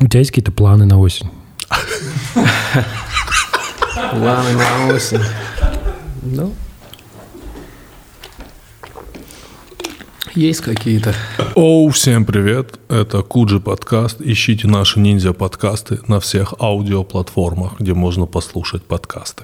У тебя есть какие-то планы на осень? Планы на осень. Ну, есть какие-то. Всем привет, это Куджи подкаст. Ищите наши ниндзя-подкасты на всех аудиоплатформах, где можно послушать подкасты.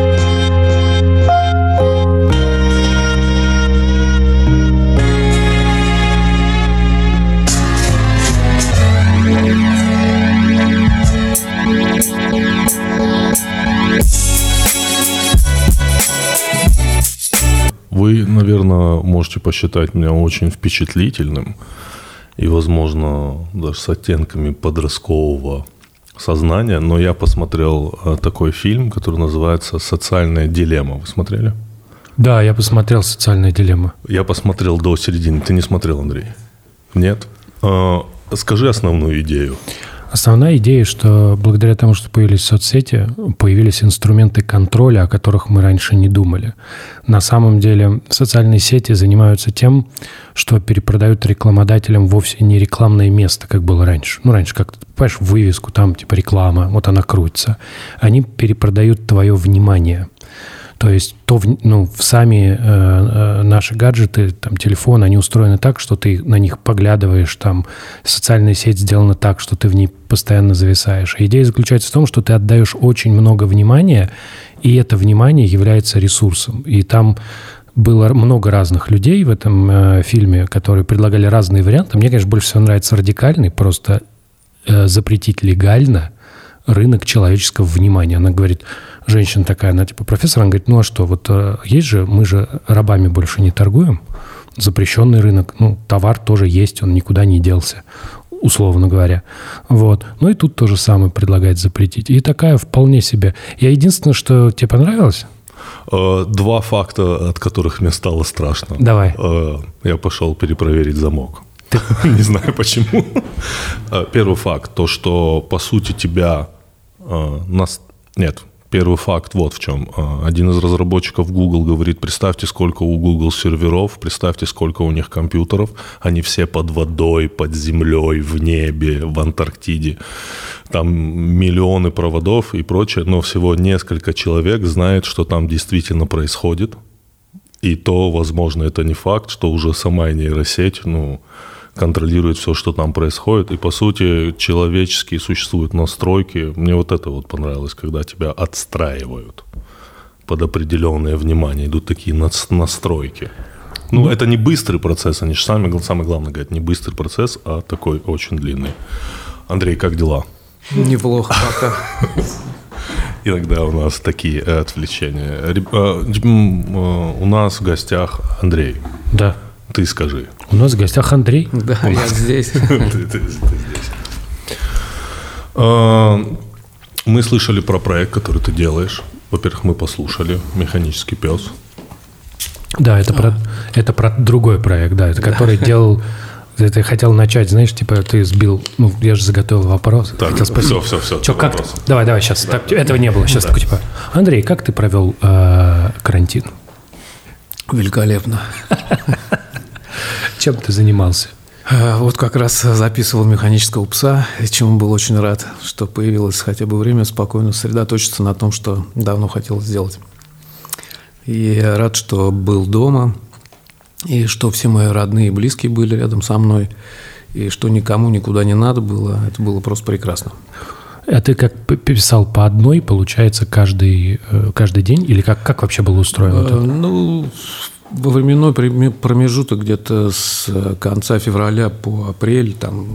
Вы, наверное, можете посчитать меня очень впечатлительным и, возможно, даже с оттенками подросткового сознания, но я посмотрел такой фильм, который называется «Социальная дилемма». Вы смотрели? Да, я посмотрел «Социальная дилемма». Я посмотрел до середины. Ты не смотрел, Андрей? Нет? Скажи основную идею. Основная идея, что благодаря тому, что появились соцсети, появились инструменты контроля, о которых мы раньше не думали. На самом деле социальные сети занимаются тем, что перепродают рекламодателям вовсе не рекламное место, как было раньше. Ну, раньше как-то, понимаешь, вывеску, там типа реклама, вот она крутится. Они перепродают твое внимание. То есть в сами наши гаджеты, там, телефон, они устроены так, что ты на них поглядываешь, там, социальная сеть сделана так, что ты в ней постоянно зависаешь. Идея заключается в том, что ты отдаешь очень много внимания, и это внимание является ресурсом. И там было много разных людей в этом фильме, которые предлагали разные варианты. Мне, конечно, больше всего нравится радикальный, просто запретить легально рынок человеческого внимания. Она говорит, женщина такая, она типа профессор, она говорит, ну а что, вот есть же, мы же рабами больше не торгуем, запрещенный рынок, ну, товар тоже есть, он никуда не делся, условно говоря. Вот. Ну и тут то же самое предлагает запретить. И такая вполне себе. Я единственное, что тебе понравилось? Два факта, от которых мне стало страшно. Давай. Я пошел перепроверить замок. Не знаю почему. Первый факт, то, что по сути тебя... Нет, первый факт вот в чем. Один из разработчиков Google говорит, представьте, сколько у Google серверов, представьте, сколько у них компьютеров. Они все под водой, под землей, в небе, в Антарктиде. Там миллионы проводов и прочее, но всего несколько человек знает, что там действительно происходит. И то, возможно, это не факт, что уже сама нейросеть, контролирует все, что там происходит. И, по сути, человеческие существуют настройки. Мне вот это вот понравилось, когда тебя отстраивают под определенное внимание. Идут такие настройки. Это не быстрый процесс. Они же самое главное говорят, не быстрый процесс, а такой очень длинный. Андрей, как дела? Неплохо пока. Иногда у нас такие отвлечения. У нас в гостях Андрей. Да. Ты скажи. У нас в гостях Андрей. Да, я здесь. Ты здесь. Мы слышали про проект, который ты делаешь. Во-первых, мы послушали «Механический пес». Да, это про другой проект, да, это который делал... Ты хотел начать, знаешь, типа ты сбил... я же заготовил вопрос. Так, все. Что, как? Давай, сейчас. Да. Этого не было. Сейчас такой, типа... Андрей, как ты провел карантин? Великолепно. Чем ты занимался? Вот как раз записывал «Механического пса», чему был очень рад, что появилось хотя бы время спокойно сосредоточиться на том, что давно хотел сделать. И я рад, что был дома, и что все мои родные и близкие были рядом со мной, и что никому никуда не надо было. Это было просто прекрасно. А ты как писал по одной, получается, каждый день? Или как вообще было устроено это? Во временной промежуток где-то с конца февраля по апрель,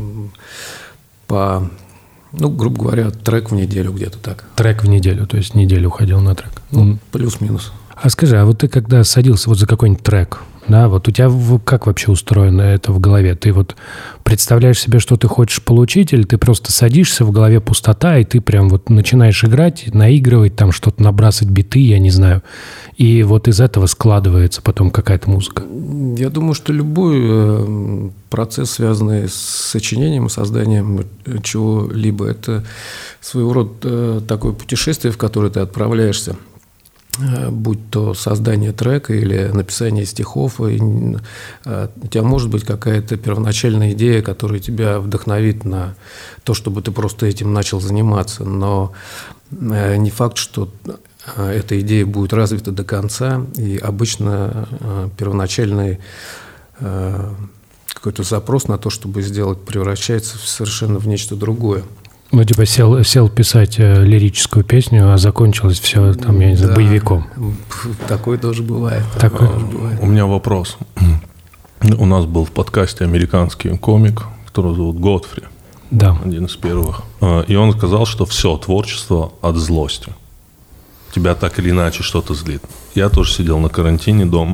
грубо говоря, трек в неделю где-то так. Трек в неделю, то есть неделю уходил на трек. Плюс-минус. А скажи, а вот ты когда садился вот за какой-нибудь трек, да, вот у тебя как вообще устроено это в голове? Ты вот представляешь себе, что ты хочешь получить, или ты просто садишься, в голове пустота, и ты прям вот начинаешь играть, наигрывать, там что-то набрасывать биты, я не знаю, и вот из этого складывается потом какая-то музыка? Я думаю, что любой процесс, связанный с сочинением, созданием чего-либо, это своего рода такое путешествие, в которое ты отправляешься. будь то создание трека или написание стихов, у тебя может быть какая-то первоначальная идея, которая тебя вдохновит на то, чтобы ты просто этим начал заниматься. Но не факт, что эта идея будет развита до конца, и обычно первоначальный какой-то запрос на то, чтобы сделать, превращается совершенно в нечто другое. Ну, типа сел писать лирическую песню, а закончилось все там, я не знаю, боевиком. Такое тоже бывает. У меня вопрос. У нас был в подкасте американский комик, которого зовут Годфри. Да. Один из первых. И он сказал, что все творчество от злости. Тебя так или иначе что-то злит. Я тоже сидел на карантине дома.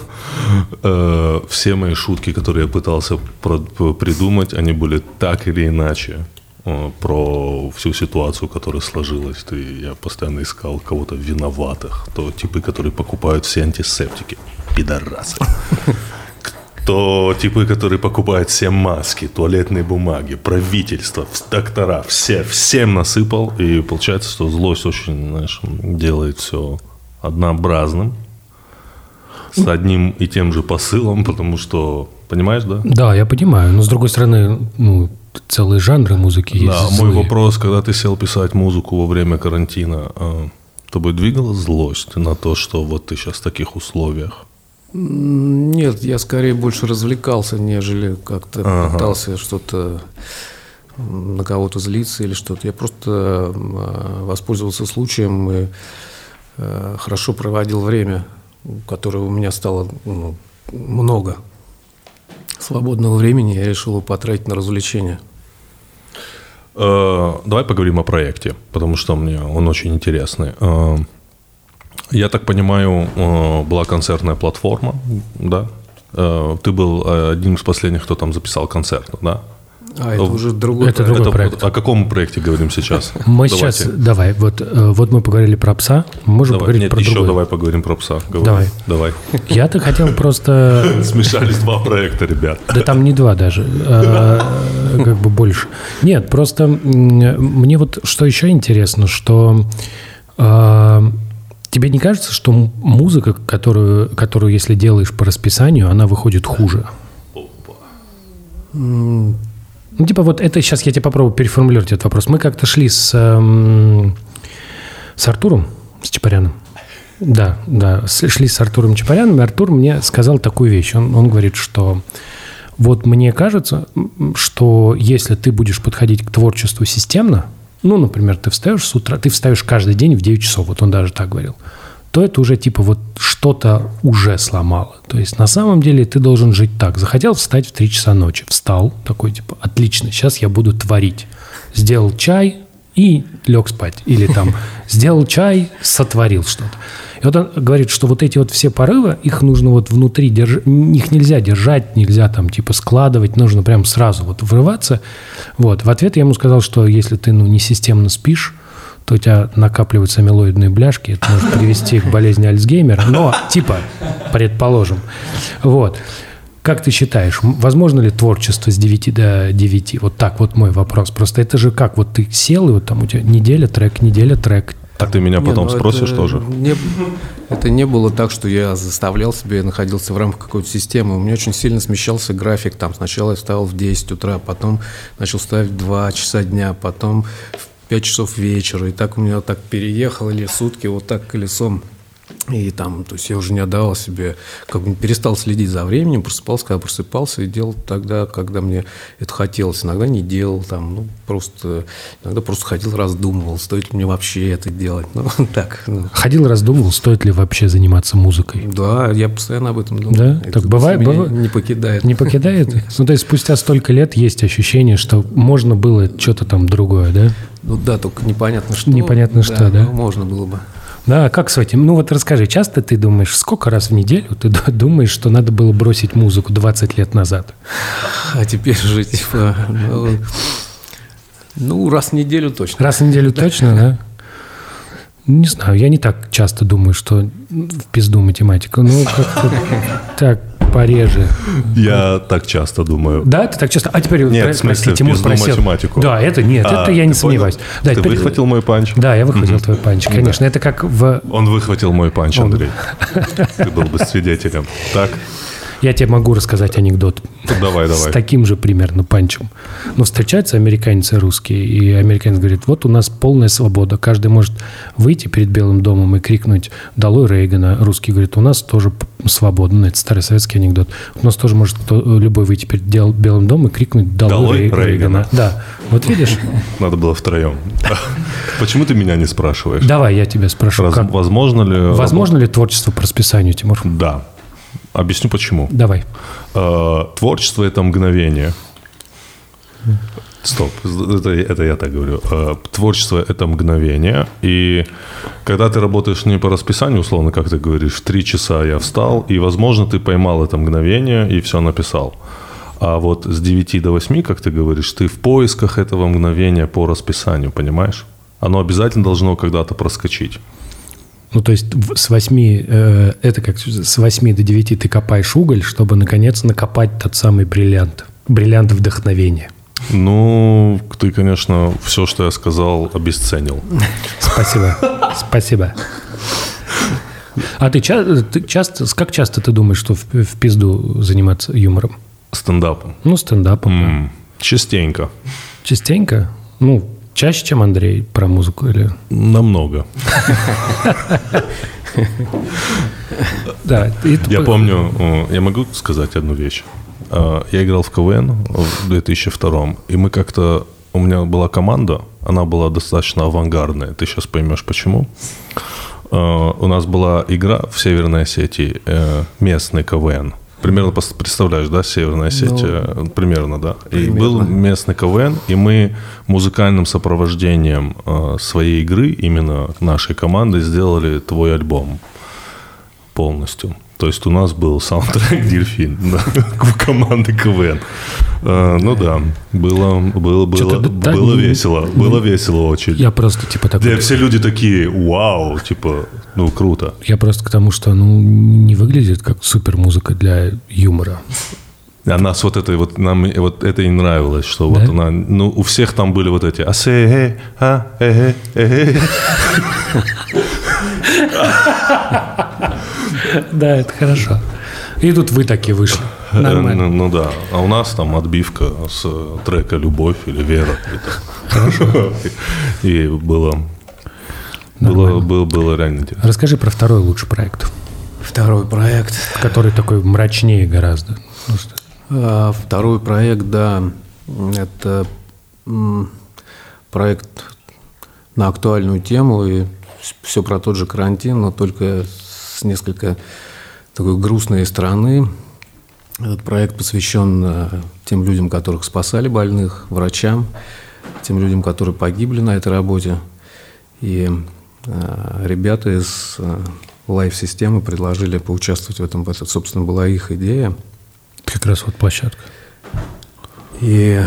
Все мои шутки, которые я пытался придумать, они были так или иначе про всю ситуацию, которая сложилась. Я постоянно искал кого-то виноватых. То типы, которые покупают все антисептики. Пидорасы. То типы, которые покупают все маски, туалетные бумаги, правительство, доктора. Всем насыпал. И получается, что злость очень, знаешь, делает все однообразным. С одним и тем же посылом, потому что... Понимаешь, да? Да, я понимаю. Но, с другой стороны, целые жанры музыки есть. Да, мой вопрос, когда ты сел писать музыку во время карантина, тобой двигала злость на то, что вот ты сейчас в таких условиях? Нет, я скорее больше развлекался, нежели как-то пытался что-то на кого-то злиться или что-то. Я просто воспользовался случаем и хорошо проводил время, которое у меня стало много. Свободного времени я решил его потратить на развлечения. Давай поговорим о проекте, потому что мне он очень интересный. Я так понимаю, была концертная платформа, да? Ты был одним из последних, кто там записал концерт, да? Это уже другой проект. Другой проект. О каком проекте говорим сейчас? Мы сейчас, давай, вот мы поговорили про пса, можем поговорить про другой. Давай поговорим про пса. Давай. Я-то хотел просто... Смешались два проекта, ребят. Да там не два даже, как бы больше. Нет, просто мне вот что еще интересно, что тебе не кажется, что музыка, которую если делаешь по расписанию, она выходит хуже? Ну, типа вот это сейчас я тебе попробую переформулировать этот вопрос. Мы как-то шли с Артуром, с Чапаряном. Да, шли с Артуром Чапаряном, и Артур мне сказал такую вещь. Он говорит, что вот мне кажется, что если ты будешь подходить к творчеству системно, ну, например, ты встаешь с утра, ты встаешь каждый день в 9 часов, вот он даже так говорил, то это уже типа вот что-то уже сломало. То есть на самом деле ты должен жить так. Захотел встать в 3 часа ночи. Встал, такой типа, отлично, сейчас я буду творить. Сделал чай и лег спать. Или там сделал чай, сотворил что-то. И вот он говорит, что вот эти вот все порывы, их нужно вот внутри держать, их нельзя держать, нельзя там типа складывать, нужно прям сразу вот врываться. Вот. В ответ я ему сказал, что если ты не системно спишь, то у тебя накапливаются амилоидные бляшки, это может привести к болезни Альцгеймера, но типа, предположим. Вот. Как ты считаешь, возможно ли творчество с 9 до 9? Вот так вот мой вопрос. Просто это же как, вот ты сел, и вот там у тебя неделя трек. А ты меня потом спросишь тоже? Это не было так, что я заставлял себя, я находился в рамках какой-то системы. У меня очень сильно смещался график. Там сначала я вставал в 10 утра, потом начал вставать в 2 часа дня, потом в 5 часов вечера. И так у меня так переехало или сутки вот так колесом. И там, то есть я уже не отдавал себе, как бы перестал следить за временем, просыпался, когда просыпался, и делал тогда, когда мне это хотелось. Иногда не делал, там, иногда просто ходил, раздумывал, стоит ли мне вообще это делать. Так. Ходил, раздумывал, стоит ли вообще заниматься музыкой? Да, я постоянно об этом думаю. Да? Так бывает? Не покидает. Не покидает? Ну, то есть спустя столько лет есть ощущение, что можно было что-то там другое, да? Ну да, только непонятно что. Непонятно что, да? Можно было бы. Да, как с этим? Ну вот расскажи, часто ты думаешь, сколько раз в неделю ты думаешь, что надо было бросить музыку 20 лет назад? А теперь же, типа, раз в неделю точно. Раз в неделю точно, да? Не знаю, я не так часто думаю, что в пизду математика. Ну, как-то так, пореже. Я так часто думаю. Да, ты так часто? А теперь, Нет, прости, Тимур спросил. Математику. Да, это нет, это я не сомневаюсь. Да, ты выхватил мой панч? Да, я выхватил твой панч, конечно. Это как в... Он выхватил мой панч, Андрей. Ты был бы свидетелем. Так? Я тебе могу рассказать анекдот. Давай. С таким же примерно панчем. Но встречаются американец и русский, и американец говорит, вот у нас полная свобода, каждый может выйти перед Белым домом и крикнуть «Долой Рейгана». Русский говорит, у нас тоже свобода. Ну, это старый советский анекдот. У нас тоже может любой выйти перед Белым домом и крикнуть «Долой Рейгана». Да, вот видишь? Надо было втроем. Почему ты меня не спрашиваешь? Давай, я тебя спрошу. Возможно ли творчество по расписанию, Тимур? Да. Объясню почему. Давай. Творчество – это мгновение. Стоп, это я так говорю. Творчество – это мгновение. И когда ты работаешь не по расписанию, условно, как ты говоришь, в 3 часа я встал, и, возможно, ты поймал это мгновение и все написал. А вот с 9 до 8, как ты говоришь, ты в поисках этого мгновения по расписанию, понимаешь? Оно обязательно должно когда-то проскочить. Ну, то есть с 8, это как с 8 до 9 ты копаешь уголь, чтобы, наконец, накопать тот самый бриллиант. Бриллиант вдохновения. Ну, ты, конечно, все, что я сказал, обесценил. Спасибо. А ты часто, как часто ты думаешь, что в пизду заниматься юмором? Стендапом. Ну, стендапом. Частенько. Частенько? Ну, чаще, чем Андрей про музыку или... Намного. Да. Я помню, я могу сказать одну вещь. Я играл в КВН в 2002, и мы как-то... У меня была команда, она была достаточно авангардная. Ты сейчас поймешь, почему. У нас была игра в Северной Осетии, местный КВН. Примерно представляешь, да, Северная Осетия? Примерно, да. И был местный КВН, и мы музыкальным сопровождением своей игры, именно нашей команды, сделали твой альбом полностью. То есть у нас был саундтрек «Дельфин» команды КВН. Ну да, было весело. Было весело очень. Я просто типа такой... Где все люди такие, вау, типа, ну круто. Я просто к тому, что не выглядит как супермузыка для юмора. А нас вот это вот, нам вот это и нравилось, что да? Вот она, ну у всех там были вот эти Да, это хорошо. И тут вы такие вышли. Нормально. Ну да. А у нас там отбивка с трека «Любовь» или «Вера». Хорошо. И было реально интересно. Расскажи про второй лучший проект. Второй проект. Который такой мрачнее гораздо. Второй проект, да, это проект на актуальную тему, и все про тот же карантин, но только с несколько такой грустной стороны. Этот проект посвящен тем людям, которых спасали больных, врачам, тем людям, которые погибли на этой работе. И ребята из лайф-системы предложили поучаствовать в этом. Это, собственно, была их идея. Как раз вот площадка. И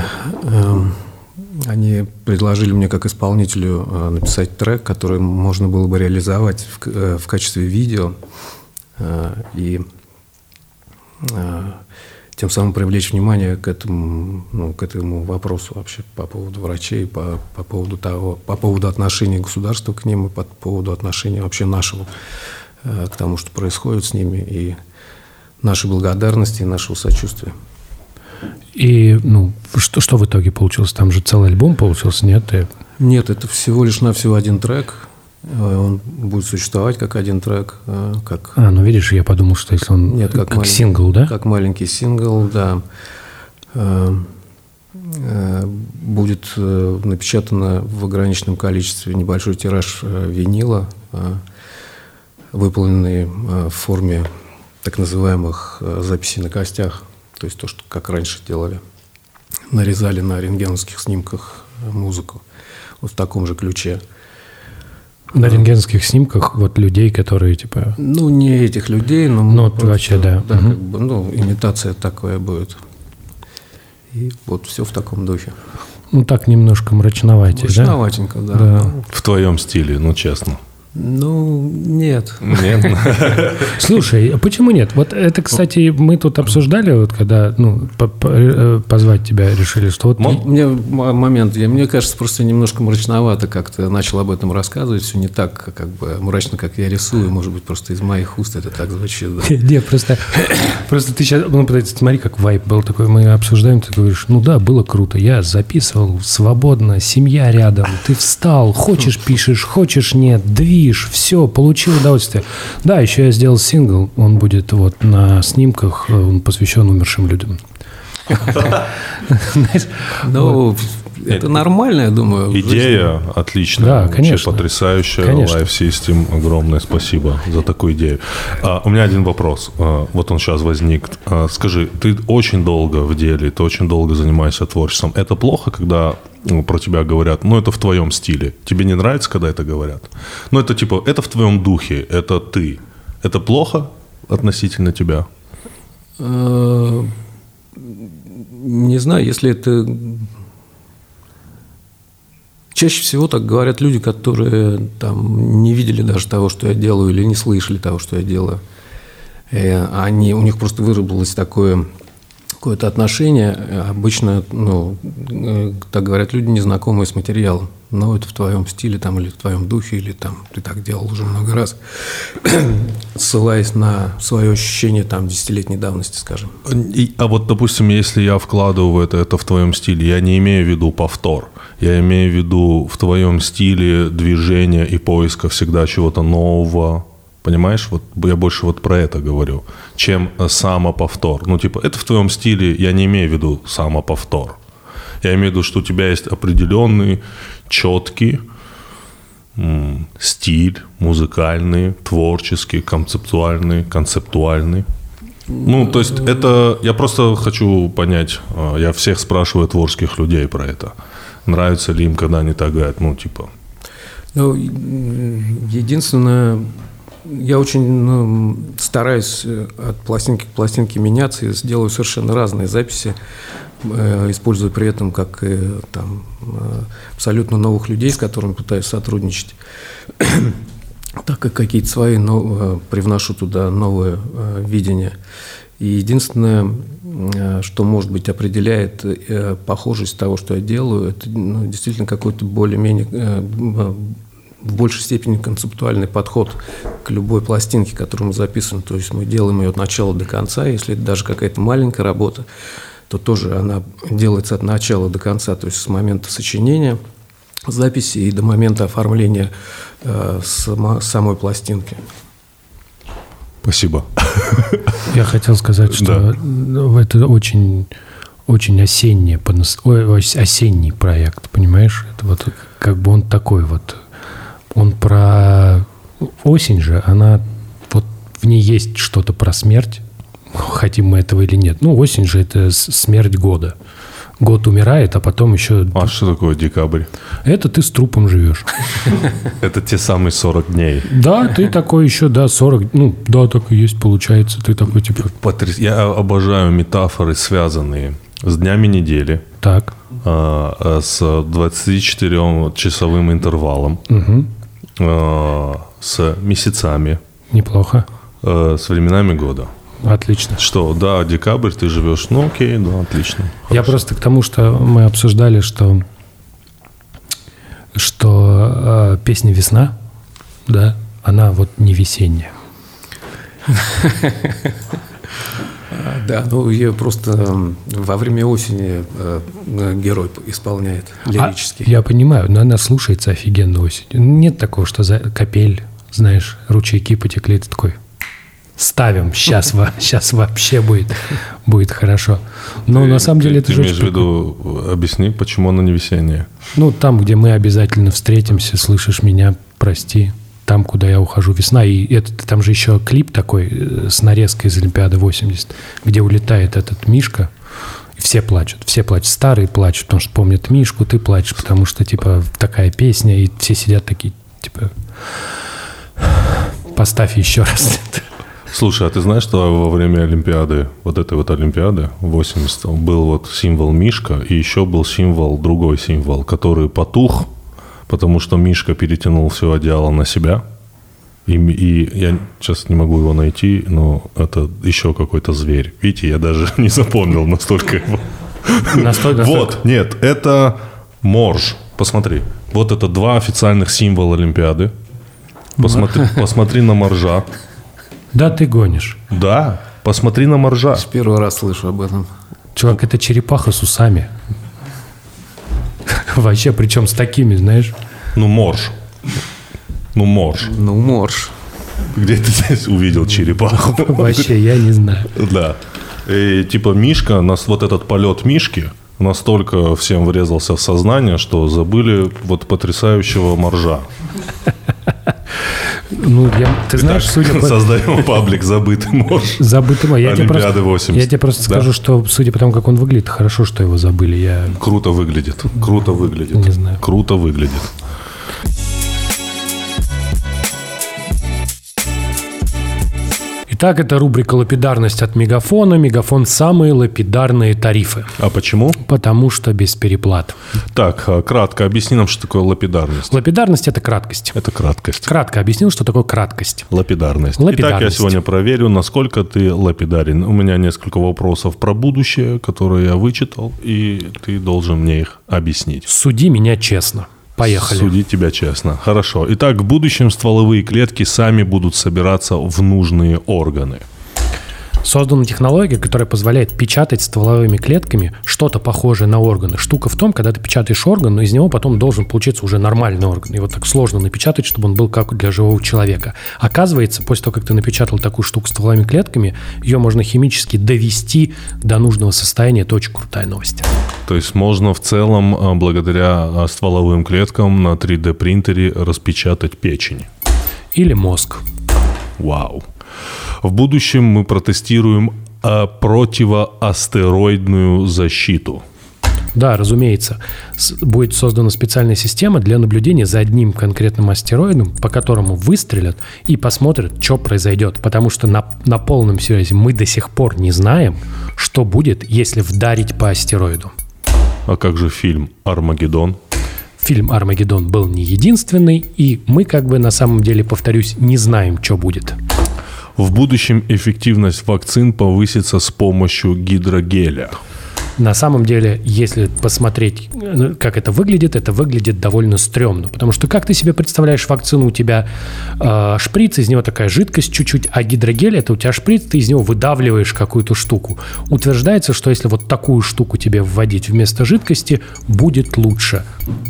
они предложили мне как исполнителю написать трек, который можно было бы реализовать в качестве видео и тем самым привлечь внимание к этому вопросу вообще по поводу врачей, по поводу отношения государства к ним и по поводу отношения вообще нашего к тому, что происходит с ними, и нашей благодарности и нашего сочувствия. И, что в итоге получилось? Там же целый альбом получился, нет? Нет, это всего лишь навсего один трек. Он будет существовать как один трек. Видишь, я подумал, что если он... Нет, как сингл, да? Как маленький сингл, да. Будет напечатано в ограниченном количестве небольшой тираж винила, выполненный в форме так называемых записей на костях, то есть то, что как раньше делали. Нарезали на рентгеновских снимках музыку. Вот в таком же ключе. На рентгеновских снимках вот людей, которые типа... не этих людей, но просто, вообще, да. Да, как бы, имитация такая будет. И вот все в таком духе. Так немножко мрачноватенько, да? Мрачноватенько, да. В твоем стиле, честно. Ну, нет. Нет? Слушай, а почему нет? Вот это, кстати, мы тут обсуждали, вот когда позвать тебя решили, что вот... Мне момент, мне кажется, просто немножко мрачновато как-то начал об этом рассказывать, все не так как бы мрачно, как я рисую, может быть, просто из моих уст это так звучит. Да? Нет, просто ты сейчас, смотри, как вайб был такой, мы обсуждаем, ты говоришь, ну да, было круто, я записывал свободно, семья рядом, ты встал, хочешь пишешь, хочешь нет, движ, все, получил удовольствие. Да, еще я сделал сингл, он будет вот на снимках, он посвящен умершим людям. Ну, это нормально, я думаю. Идея отличная. Да, конечно. Потрясающая. Life System. Огромное спасибо за такую идею. У меня один вопрос. Вот он сейчас возник. Скажи, ты очень долго в деле, ты очень долго занимаешься творчеством. Это плохо, когда про тебя говорят, ну, это в твоем стиле. Тебе не нравится, когда это говорят? Ну, это типа, это в твоем духе, это ты. Это плохо относительно тебя? Не знаю, если это... Чаще всего так говорят люди, которые там не видели даже того, что я делаю, или не слышали того, что я делаю. У них просто выработалось какое-то отношение. Обычно, так говорят люди, незнакомые с материалом. Но это в твоем стиле там, или в твоем духе, или там ты так делал уже много раз, ссылаясь на свое ощущение там 10-летней давности, скажем. А вот, допустим, если я вкладываю это в твоем стиле, я не имею в виду повтор. Я имею в виду в твоем стиле движения и поиска всегда чего-то нового. Понимаешь? Вот я больше вот про это говорю, чем самоповтор. Ну, типа, это в твоем стиле, я не имею в виду самоповтор. Я имею в виду, что у тебя есть определенный, четкий стиль музыкальный, творческий, концептуальный. Ну, то есть это... Я просто хочу понять, я всех спрашиваю творческих людей про это. Нравится ли им, когда они так говорят, ну, типа... Ну, единственное... Я очень стараюсь от пластинки к пластинке меняться и делаю совершенно разные записи, используя при этом как там, абсолютно новых людей, с которыми пытаюсь сотрудничать, так как какие-то свои привношу туда новое видение. И единственное, что, может быть, определяет похожесть того, что я делаю, это действительно какой-то более-менее... в большей степени концептуальный подход к любой пластинке, которую мы записываем. То есть мы делаем ее от начала до конца. Если это даже какая-то маленькая работа, то тоже она делается от начала до конца, то есть с момента сочинения записи и до момента оформления самой пластинки. Спасибо. Я хотел сказать, что это очень, очень осенний проект, понимаешь? Это вот как бы он такой вот. Он про осень же, она вот в ней есть что-то про смерть, хотим мы этого или нет. Ну, осень же это смерть года. Год умирает, а потом еще... А что такое декабрь? Это ты с трупом живешь. Это те самые 40 дней. Да, ты такой еще, 40... Ну, да, так и есть, получается. Ты такой, типа... Я обожаю метафоры, связанные с днями недели. Так. С 24-часовым интервалом. Угу. С месяцами. Неплохо. С временами года. Отлично. Что, да, декабрь ты живешь, ну окей, да, отлично. Хорошо. Я просто к тому, что мы обсуждали, что песня «Весна», да, она вот не весенняя. Да, ну ее просто во время осени герой исполняет лирически. Я понимаю, но она слушается офигенно осенью. Нет такого, что за капель, знаешь, ручейки потекли, ты такой... Ставим, сейчас вообще будет хорошо. Но на самом деле это же... Ты имеешь в виду, объясни, почему она не весенняя? Ну, там, где мы обязательно встретимся, слышишь меня, прости. Там, куда я ухожу, весна. И там же еще клип такой с нарезкой из Олимпиады 80, где улетает этот Мишка. И все плачут. Старые плачут, потому что помнят Мишку, ты плачешь, потому что, типа, такая песня, и все сидят такие, типа, поставь еще раз. Слушай, а ты знаешь, что во время Олимпиады, вот этой вот Олимпиады 80 был вот символ Мишка, и еще был другой символ, который потух, потому что Мишка перетянул все одеяло на себя, И я сейчас не могу его найти, но это еще какой-то зверь. Видите, я даже не запомнил настолько его. Вот, нет, это морж. Посмотри. Вот это 2 официальных символа Олимпиады. Посмотри на моржа. Да, ты гонишь. Да, посмотри на моржа. Первый раз слышу об этом. Чувак, это черепаха с усами. Вообще, причем с такими, знаешь. Морж. Морж. Морж. Где ты здесь увидел черепаху? Вообще, я не знаю. Да. И типа Мишка, вот этот полет Мишки настолько всем врезался в сознание, что забыли вот потрясающего моржа. Ты знаешь, судя по... Создаем паблик «Забытый морж». Забытый морж. Олимпиады 80. Я тебе просто скажу, что, судя по тому, как он выглядит, хорошо, что его забыли. Круто выглядит. Не знаю. Круто выглядит. Итак, это рубрика «Лапидарность» от Мегафона. Мегафон – самые лапидарные тарифы. А почему? Потому что без переплат. Так, кратко объясни нам, что такое лапидарность. Лапидарность – это краткость. Это краткость. Кратко объяснил, что такое краткость. Лапидарность. Итак, я сегодня проверю, насколько ты лапидарен. У меня несколько вопросов про будущее, которые я вычитал, и ты должен мне их объяснить. Суди меня честно. Поехали. Судить тебя честно. Хорошо. Итак, в будущем стволовые клетки сами будут собираться в нужные органы. Создана технология, которая позволяет печатать стволовыми клетками что-то похожее на органы. Штука в том, когда ты печатаешь орган, но из него потом должен получиться уже нормальный орган. Его так сложно напечатать, чтобы он был как для живого человека. Оказывается, после того, как ты напечатал такую штуку стволовыми клетками, ее можно химически довести до нужного состояния. Это очень крутая новость. То есть можно в целом, благодаря стволовым клеткам на 3D-принтере распечатать печень. Или мозг. Вау. В будущем мы протестируем противоастероидную защиту. Да, разумеется. Будет создана специальная система для наблюдения за одним конкретным астероидом, по которому выстрелят и посмотрят, что произойдет. Потому что на полном серьезе мы до сих пор не знаем, что будет, если вдарить по астероиду. А как же фильм «Армагеддон»? Фильм «Армагеддон» был не единственный, и мы на самом деле, повторюсь, не знаем, что будет. В будущем эффективность вакцин повысится с помощью гидрогеля. На самом деле, если посмотреть, как это выглядит довольно стрёмно. Потому что как ты себе представляешь вакцину? У тебя шприц, из него такая жидкость чуть-чуть, а гидрогель – это у тебя шприц, ты из него выдавливаешь какую-то штуку. Утверждается, что если вот такую штуку тебе вводить вместо жидкости, будет лучше.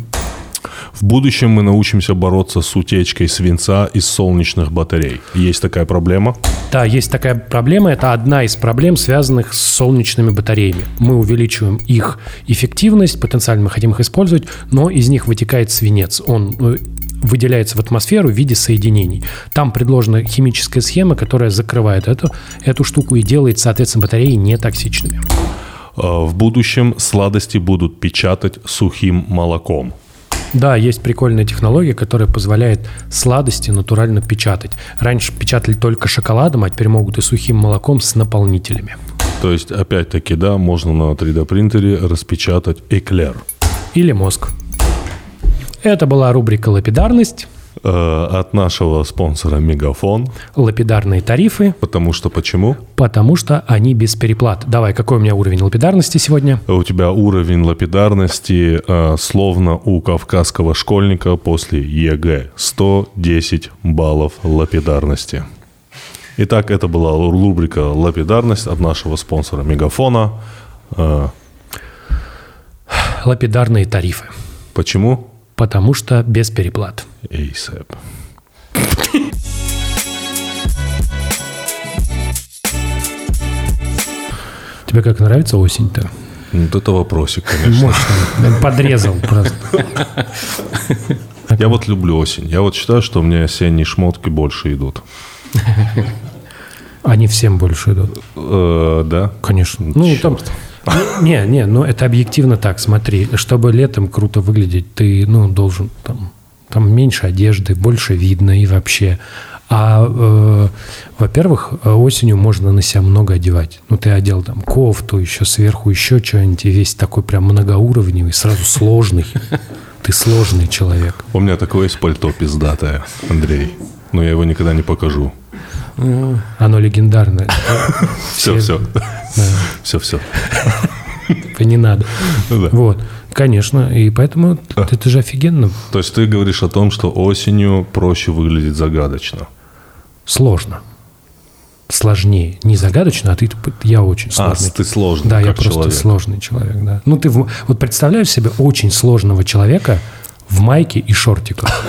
В будущем мы научимся бороться с утечкой свинца из солнечных батарей. Есть такая проблема? Да, есть такая проблема. Это одна из проблем, связанных с солнечными батареями. Мы увеличиваем их эффективность, потенциально мы хотим их использовать, но из них вытекает свинец. Он выделяется в атмосферу в виде соединений. Там предложена химическая схема, которая закрывает эту штуку и делает, соответственно, батареи нетоксичными. В будущем сладости будут печатать сухим молоком. Да, есть прикольная технология, которая позволяет сладости натурально печатать. Раньше печатали только шоколадом, а теперь могут и сухим молоком с наполнителями. То есть, опять-таки, да, можно на 3D-принтере распечатать эклер. Или мозг. Это была рубрика «Лапидарность». От нашего спонсора Мегафон. Лапидарные тарифы. Потому что почему? Потому что они без переплат. Давай, какой у меня уровень лапидарности сегодня? У тебя уровень лапидарности словно у кавказского школьника после ЕГЭ. 110 баллов лапидарности. Итак, это была рубрика «Лапидарность» от нашего спонсора Мегафона. Лапидарные тарифы. Почему? Потому что без переплат. ASAP. Тебе как нравится осень-то? Вот это вопросик, конечно. Мощно. Подрезал просто. Я вот люблю осень. Я вот считаю, что мне осенние шмотки больше идут. Они всем больше идут. Да? Конечно. Ну, это объективно так, смотри. Чтобы летом круто выглядеть, ты, должен там меньше одежды, больше видно и вообще. Во-первых, осенью можно на себя много одевать. Ты одел там кофту, еще сверху еще что-нибудь, и весь такой прям многоуровневый, сразу сложный. Ты сложный человек. У меня такое есть пальто пиздатое, Андрей. Но я его никогда не покажу. Оно легендарное. Все. Не надо. Вот. Конечно. И поэтому это же офигенно. То есть ты говоришь о том, что осенью проще выглядеть загадочно. Сложно. Сложнее. Не загадочно, а я очень сложный. Ты сложный, да, как я просто человек. сложный человек, да. Ну, ты вот представляешь себе очень сложного человека в майке и шортиках.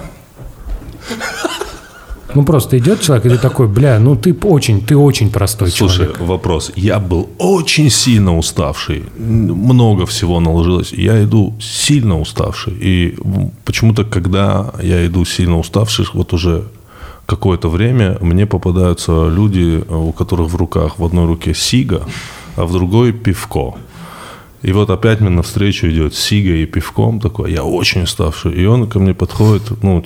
Ну, просто идет человек, и ты такой, ты очень простой человек. Слушай, вопрос. Я был очень сильно уставший. Много всего наложилось. Я иду сильно уставший. И почему-то, когда я иду сильно уставший, вот уже какое-то время мне попадаются люди, у которых в руках в одной руке сига, а в другой пивко. И вот опять мне навстречу идет сига и пивком такой, я очень уставший. И он ко мне подходит,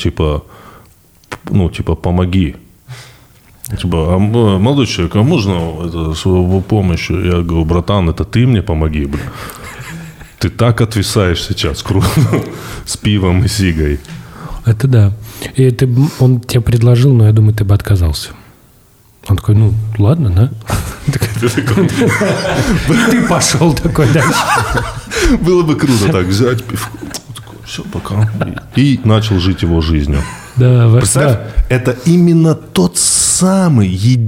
помоги. Молодой человек, а можно свою помощь? Я говорю, братан, это ты мне помоги, бля. Ты так отвисаешь сейчас, круто, с пивом и сигой. Это да. И он тебе предложил, но я думаю, ты бы отказался. Он такой, ладно, да? Ты пошел такой дальше. Было бы круто так взять пивко. Все, пока. И начал жить его жизнью. Да, представь, это именно тот самый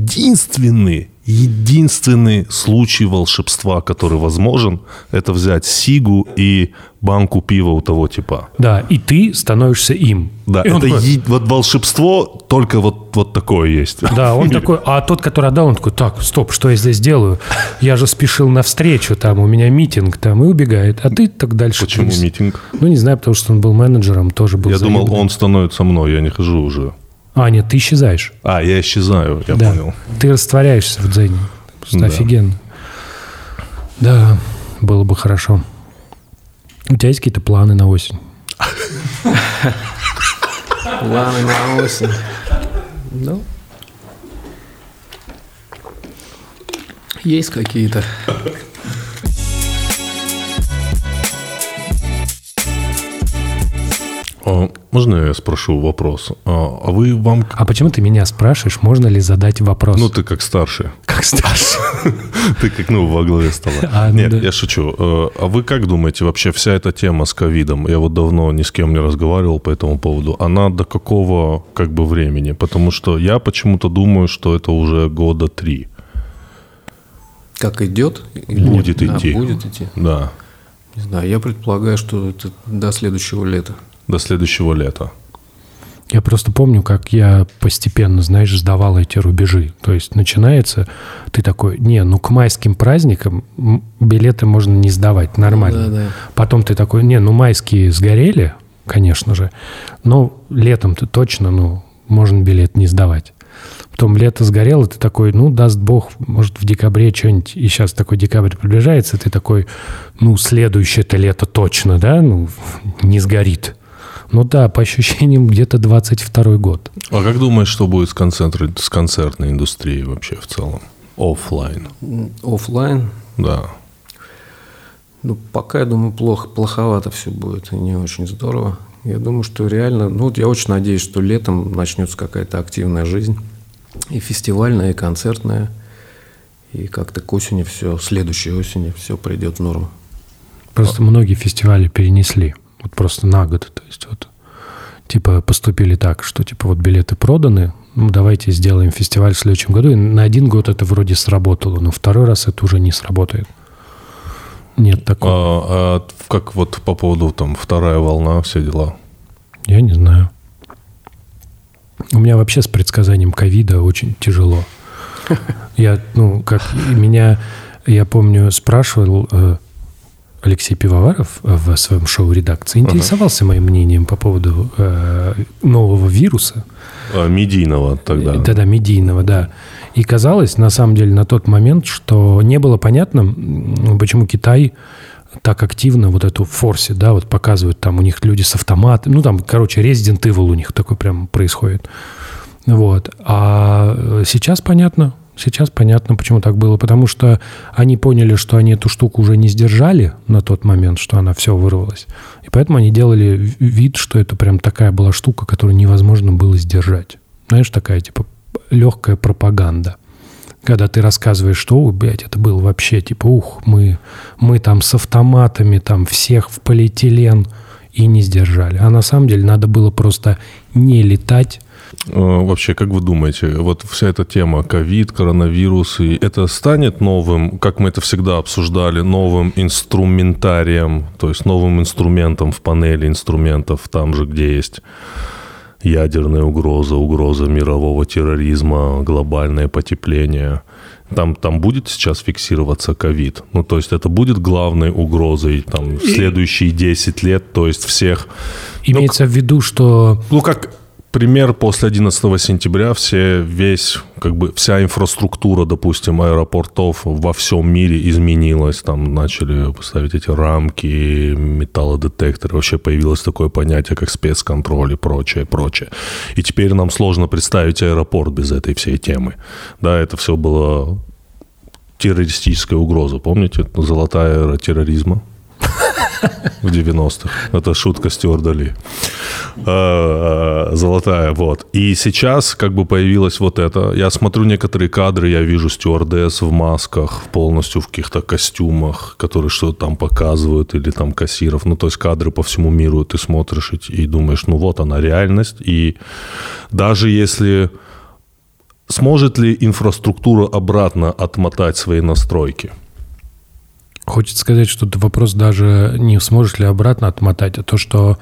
единственный случай волшебства, который возможен, это взять сигу и банку пива у того типа. Да, и ты становишься им. Да, это вот волшебство только вот такое есть. Да, он такой, а тот, который отдал, он такой, так, стоп, что я здесь делаю? Я же спешил навстречу, там, у меня митинг, там, и убегает. А ты так дальше. Почему митинг? Не знаю, потому что он был менеджером, тоже был. Я думал, он становится мной, я не хожу уже. Нет, ты исчезаешь. Я исчезаю, я понял. Ты растворяешься в дзене. Просто офигенно. Да, было бы хорошо. У тебя есть какие-то планы на осень? Планы на осень? Есть какие-то. Можно я спрошу вопрос? А почему ты меня спрашиваешь, можно ли задать вопрос? Ты как старший. Как старший? Ты как, во главе стола. Нет, я шучу. А вы как думаете, вообще вся эта тема с ковидом, я вот давно ни с кем не разговаривал по этому поводу, она до какого времени? Потому что я почему-то думаю, что это уже 3 года. Как идет? Будет идти. Будет идти? Да. Не знаю, я предполагаю, что это до следующего лета. До следующего лета. Я просто помню, как я постепенно, сдавал эти рубежи. То есть начинается, ты такой, к майским праздникам билеты можно не сдавать, нормально. Да. Потом ты такой, майские сгорели, конечно же, но летом-то точно, можно билет не сдавать. Потом лето сгорело, ты такой, даст бог, может, в декабре что-нибудь, и сейчас такой декабрь приближается, ты такой, следующее-то лето точно, да, не сгорит. По ощущениям, где-то 22-й год. А как думаешь, что будет с концертной индустрией вообще в целом? Оффлайн. Оффлайн? Да. Пока, я думаю, плоховато все будет, и не очень здорово. Я думаю, что реально, я очень надеюсь, что летом начнется какая-то активная жизнь, и фестивальная, и концертная, и как-то к осени следующей осени все придет в норму. Просто многие фестивали перенесли. Просто на год. То есть поступили так, что билеты проданы, давайте сделаем фестиваль в следующем году. И на 1 год это вроде сработало, но второй раз это уже не сработает. Нет такого. Как по поводу вторая волна, все дела? Я не знаю. У меня вообще с предсказанием ковида очень тяжело. Я помню, спрашивал Алексей Пивоваров в своем шоу «Редакция» интересовался моим мнением по поводу нового вируса. Медийного тогда. Да, медийного, да. И казалось, на самом деле, на тот момент, что не было понятно, почему Китай так активно эту форсит, да, показывают, у них люди с автоматом, Resident Evil у них такой прям происходит. А сейчас понятно, почему так было. Потому что они поняли, что они эту штуку уже не сдержали на тот момент, что она все вырвалась. И поэтому они делали вид, что это прям такая была штука, которую невозможно было сдержать. Знаешь, такая, типа, легкая пропаганда. Когда ты рассказываешь, что, блядь, это было вообще, типа, мы там с автоматами, там, всех в полиэтилен, и не сдержали. А на самом деле надо было просто не летать. Вообще, как вы думаете, вот вся эта тема ковид, коронавирус, и это станет новым, как мы это всегда обсуждали, новым инструментарием, то есть новым инструментом в панели инструментов, там же, где есть ядерная угроза мирового терроризма, глобальное потепление. Там будет сейчас фиксироваться ковид. Ну, то есть это будет главной угрозой там, в следующие 10 лет, то есть всех... Имеется в виду, что... Ну, как пример, после 11 сентября вся инфраструктура, допустим, аэропортов во всем мире изменилась. Там начали ставить эти рамки, металлодетекторы. Вообще появилось такое понятие, как спецконтроль и прочее. И теперь нам сложно представить аэропорт без этой всей темы. Да, это все было террористическая угроза. Помните? Золотая эра терроризма в 90-х. Это шутка Стюарда Ли. Золотая, вот. И сейчас как бы появилось вот это. Я смотрю некоторые кадры, я вижу стюардесс в масках, полностью в каких-то костюмах, которые что-то там показывают, или там кассиров. Ну, то есть кадры по всему миру ты смотришь и думаешь, ну вот она реальность. И даже если... Сможет ли инфраструктура обратно отмотать свои настройки? Хочется сказать, что вопрос даже не сможешь ли обратно отмотать, а то, что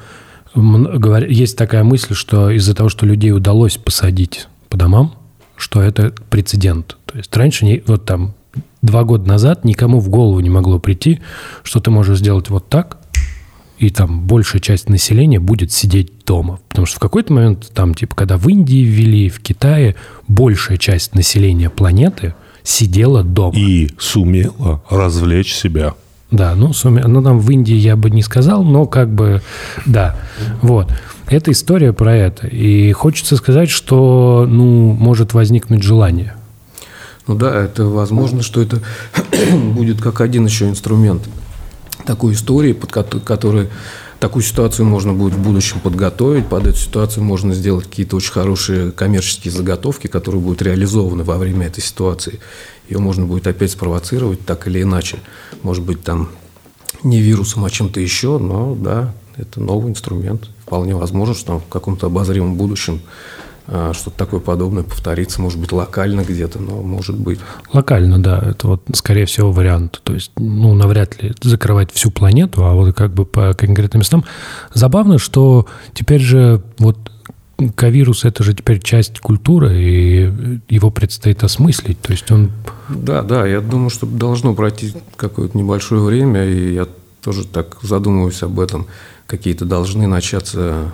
есть такая мысль, что из-за того, что людей удалось посадить по домам, что это прецедент. То есть раньше, вот там 2 года назад никому в голову не могло прийти, что ты можешь сделать вот так, и там большая часть населения будет сидеть дома. Потому что в какой-то момент, там, типа, когда в Индии ввели, в Китае, большая часть населения планеты сидела дома. И сумела развлечь себя. Да, ну там в Индии я бы не сказал, но как бы, да. Вот. Это история про это. И хочется сказать, что, может возникнуть желание. Ну да, это возможно, что это будет как один еще инструмент такой истории, под которой такую ситуацию можно будет в будущем подготовить. Под эту ситуацию можно сделать какие-то очень хорошие коммерческие заготовки, которые будут реализованы во время этой ситуации. Ее можно будет опять спровоцировать так или иначе. Может быть, там не вирусом, а чем-то еще, но да, это новый инструмент. Вполне возможно, что там в каком-то обозримом будущем что-то такое подобное повторится, может быть, локально где-то, но может быть. Локально, да, это вот, скорее всего, вариант. То есть, навряд ли закрывать всю планету, а вот как бы по конкретным местам. Забавно, что теперь же вот ковирус – это же теперь часть культуры, и его предстоит осмыслить. То есть он… Да, я думаю, что должно пройти какое-то небольшое время, и я тоже так задумываюсь об этом. Какие-то должны начаться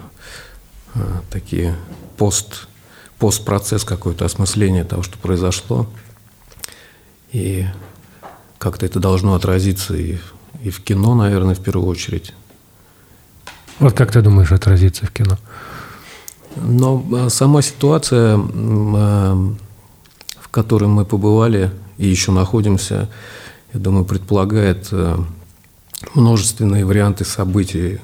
такие постпроцесс какое-то осмысление того, что произошло. И как-то это должно отразиться и в кино, наверное, в первую очередь. Вот как ты думаешь, отразится в кино? Но сама ситуация, в которой мы побывали и еще находимся, я думаю, предполагает множественные варианты событий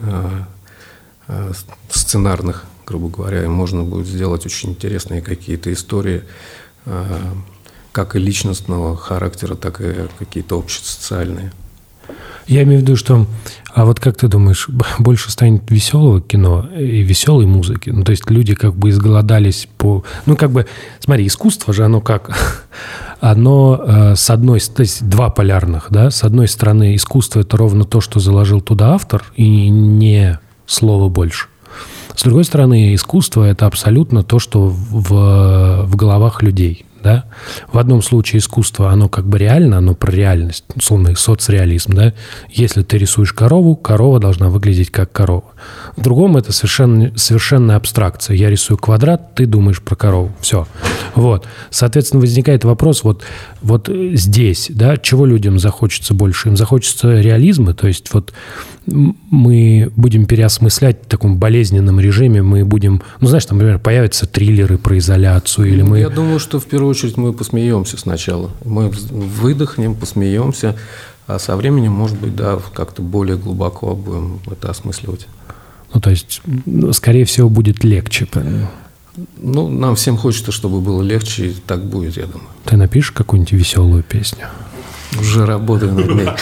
сценарных, грубо говоря, и можно будет сделать очень интересные какие-то истории, как и личностного характера, так и какие-то общесоциальные. Я имею в виду, что… А вот как ты думаешь, больше станет веселого кино и веселой музыки? То есть люди как бы изголодались по… смотри, искусство же оно как… Оно с одной… То есть два полярных, да? С одной стороны, искусство – это ровно то, что заложил туда автор, и не слово больше. С другой стороны, искусство – это абсолютно то, что в головах людей. Да? В одном случае искусство, оно как бы реально, оно про реальность, условно, соцреализм. Да? Если ты рисуешь корову, корова должна выглядеть как корова. В другом это совершенная абстракция. Я рисую квадрат, ты думаешь про корову. Все. Вот. Соответственно, возникает вопрос вот здесь, да, чего людям захочется больше? Им захочется реализма, то есть вот мы будем переосмыслять в таком болезненном режиме, мы будем, знаешь, там, например, появятся триллеры про изоляцию, или мы… Я думаю, что в первую очередь мы посмеемся сначала. Мы выдохнем, посмеемся, а со временем, может быть, да, как-то более глубоко будем это осмысливать. То есть, скорее всего, будет легче. Ну, нам всем хочется, чтобы было легче, и так будет, я думаю. Ты напишешь какую-нибудь веселую песню? Уже работаю над ней.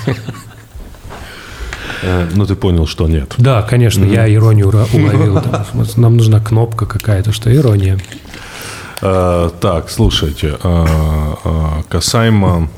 Ну, ты понял, что нет. Да, конечно, я иронию уловил. Нам нужна кнопка какая-то, что ирония. Так, слушайте, касаемо,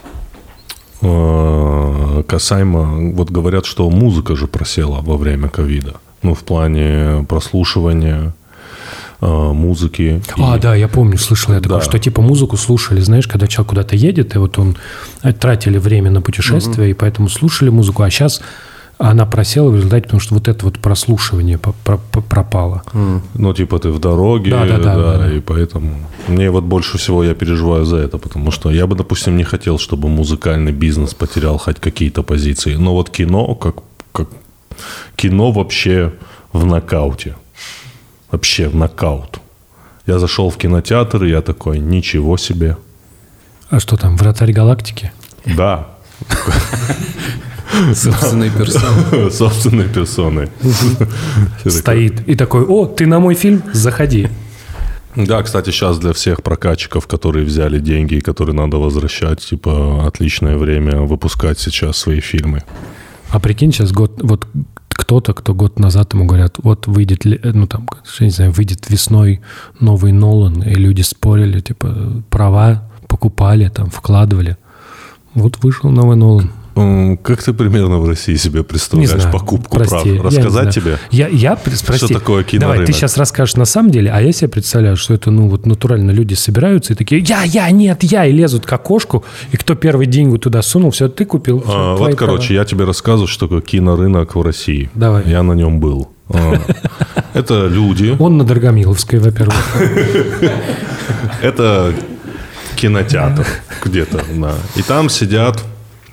вот говорят, что музыка же просела во время ковида. Ну, в плане прослушивания музыки. Да, я помню, слышал я такое, что типа музыку слушали, знаешь, когда человек куда-то едет, и вот он тратили время на путешествие, и поэтому слушали музыку, а сейчас она просела в результате, потому что вот это вот прослушивание пропало. Ну, типа ты в дороге, да, и поэтому... Мне вот больше всего я переживаю за это, потому что я бы, допустим, не хотел, чтобы музыкальный бизнес потерял хоть какие-то позиции. Но вот кино, как кино вообще в нокауте. Вообще в нокаут. Я зашел в кинотеатр, и я такой, ничего себе. А что там, «Вратарь галактики»? Да. Собственной персоной. Собственной персоной. Стоит и такой, ты на мой фильм? Заходи. Да, кстати, сейчас для всех прокатчиков, которые взяли деньги и которые надо возвращать, типа, отличное время выпускать сейчас свои фильмы. А прикинь, сейчас вот кто-то, кто год назад ему говорят, вот выйдет, ну там, не знаю, выйдет весной новый Нолан, и люди спорили, типа, права покупали, там, вкладывали. Вот вышел новый Нолан. Как ты примерно в России себе представляешь покупку прав? Рассказать тебе? Что такое кинорынок? Давай, ты сейчас расскажешь на самом деле, а я себе представляю, что это, ну, вот натурально люди собираются и такие, и лезут к окошку, и кто первый деньги туда сунул, все, ты купил. Все, вот, короче, я тебе рассказываю, что такое кинорынок в России. Давай. Я на нем был. Это люди... Он на Драгомиловской, во-первых. Это кинотеатр где-то, да. И там сидят...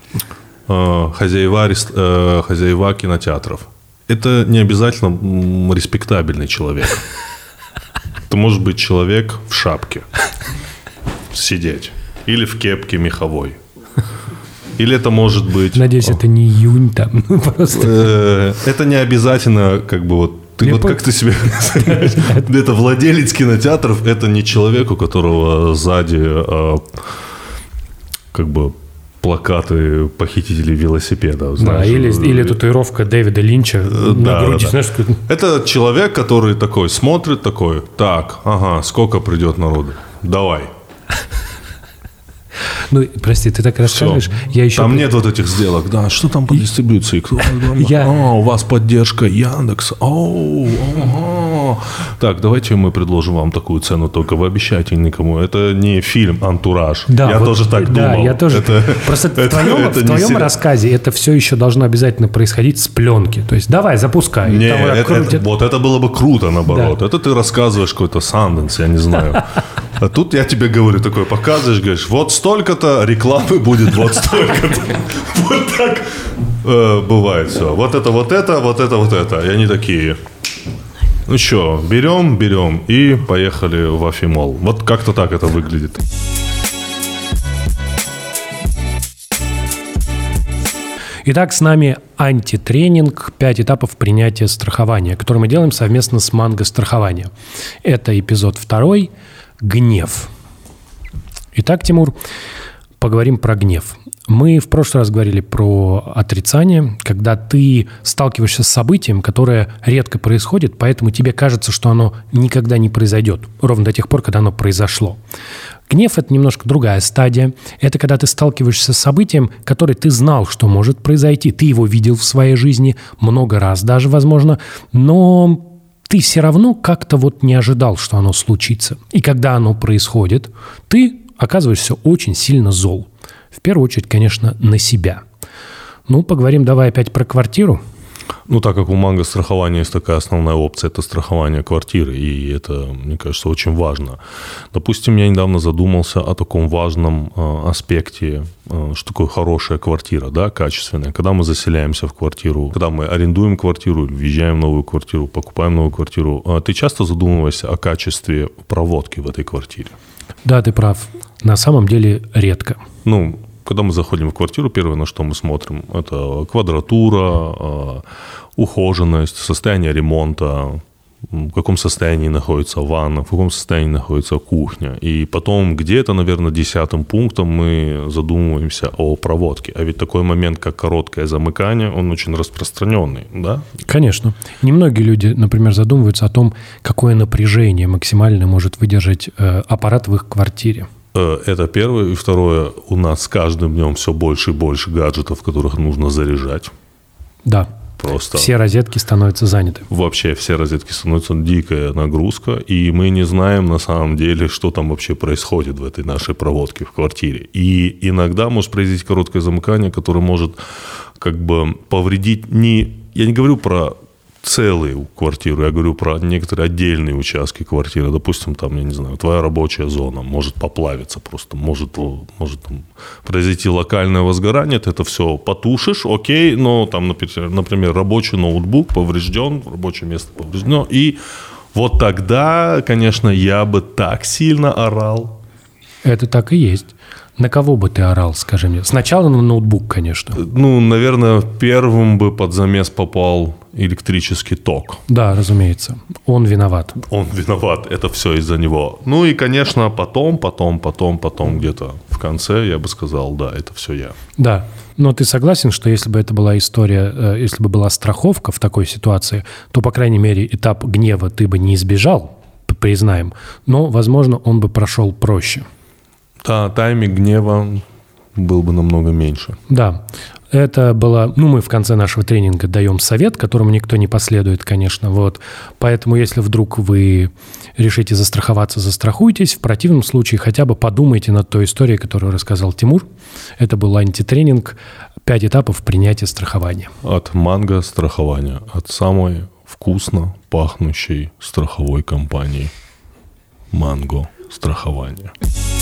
хозяева кинотеатров. Это не обязательно респектабельный человек. Это может быть человек в шапке сидеть. Или в кепке меховой. Или это может быть... Надеюсь, это не июнь там. Это не обязательно, как бы вот... Как ты себе... Это владелец кинотеатров, это не человек, у которого сзади как бы плакаты похитителей велосипеда. Знаешь, или татуировка Дэвида Линча на груди. Да. Знаешь, это человек, который такой смотрит, такой, так, сколько придет народу? Давай. Ну, прости, ты так рассказываешь. Там нет вот этих сделок. Да, что там по дистрибуции? У вас поддержка Яндекса. Так, давайте мы предложим вам такую цену, только вы обещайте никому. Это не фильм «Антураж». Да, я тоже так думал. Да, я тоже. Просто в твоем рассказе это все еще должно обязательно происходить с пленки. То есть, давай, запускай. Вот это было бы круто, наоборот. Это ты рассказываешь какой-то Санденс, я не знаю. А тут я тебе говорю, такой показываешь, говоришь, вот столько-то рекламы будет, вот столько-то. Вот так бывает все. Вот это. И они такие, ну что, берем и поехали в Афимол. Вот как-то так это выглядит. Итак, с нами антитренинг, 5 этапов принятия страхования, который мы делаем совместно с Манго Страхование. Это эпизод 2. Гнев. Итак, Тимур, поговорим про гнев. Мы в прошлый раз говорили про отрицание, когда ты сталкиваешься с событием, которое редко происходит, поэтому тебе кажется, что оно никогда не произойдет, ровно до тех пор, когда оно произошло. Гнев – это немножко другая стадия. Это когда ты сталкиваешься с событием, которое ты знал, что может произойти. Ты его видел в своей жизни много раз даже, возможно, но ты все равно как-то вот не ожидал, что оно случится. И когда оно происходит, ты оказываешься очень сильно зол. В первую очередь, конечно, на себя. Ну, поговорим давай опять про квартиру. Ну, так как у Манго страхования есть такая основная опция, это страхование квартиры, и это, мне кажется, очень важно. Допустим, я недавно задумался о таком важном аспекте, что такое хорошая квартира, да, качественная. Когда мы заселяемся в квартиру, когда мы арендуем квартиру, въезжаем в новую квартиру, покупаем новую квартиру, ты часто задумываешься о качестве проводки в этой квартире? Да, ты прав. На самом деле редко. Ну, когда мы заходим в квартиру, первое, на что мы смотрим, это квадратура, ухоженность, состояние ремонта, в каком состоянии находится ванна, в каком состоянии находится кухня. И потом где-то, наверное, 10-м пунктом мы задумываемся о проводке. А ведь такой момент, как короткое замыкание, он очень распространенный, да? Конечно. Немногие люди, например, задумываются о том, какое напряжение максимально может выдержать аппарат в их квартире. Это первое. И второе, у нас с каждым днем все больше и больше гаджетов, которых нужно заряжать. Да. Просто все розетки становятся заняты. Вообще все розетки становятся дикая нагрузка, и мы не знаем на самом деле, что там вообще происходит в этой нашей проводке в квартире. И иногда может произойти короткое замыкание, которое может как бы повредить я не говорю про целую квартиру, я говорю про некоторые отдельные участки квартиры. Допустим, там, я не знаю, твоя рабочая зона может поплавиться просто, может там произойти локальное возгорание, ты это все потушишь, окей, но там, например, рабочий ноутбук поврежден, рабочее место повреждено, и вот тогда, конечно, я бы так сильно орал. Это так и есть. На кого бы ты орал, скажи мне? Сначала на ноутбук, конечно. Наверное, первым бы под замес попал электрический ток. Да, разумеется. Он виноват. Он виноват. Это все из-за него. И, конечно, потом, где-то в конце я бы сказал, да, это все я. Да. Но ты согласен, что если бы это была история, если бы была страховка в такой ситуации, то, по крайней мере, этап гнева ты бы не избежал, признаем, но, возможно, он бы прошел проще. Да, тайминг гнева был бы намного меньше. Да. Это было... мы в конце нашего тренинга даем совет, которому никто не последует, конечно. Поэтому, если вдруг вы решите застраховаться, застрахуйтесь. В противном случае хотя бы подумайте над той историей, которую рассказал Тимур. Это был антитренинг. 5 этапов принятия страхования. От Манго страхования. От самой вкусно пахнущей страховой компании. Манго страхование.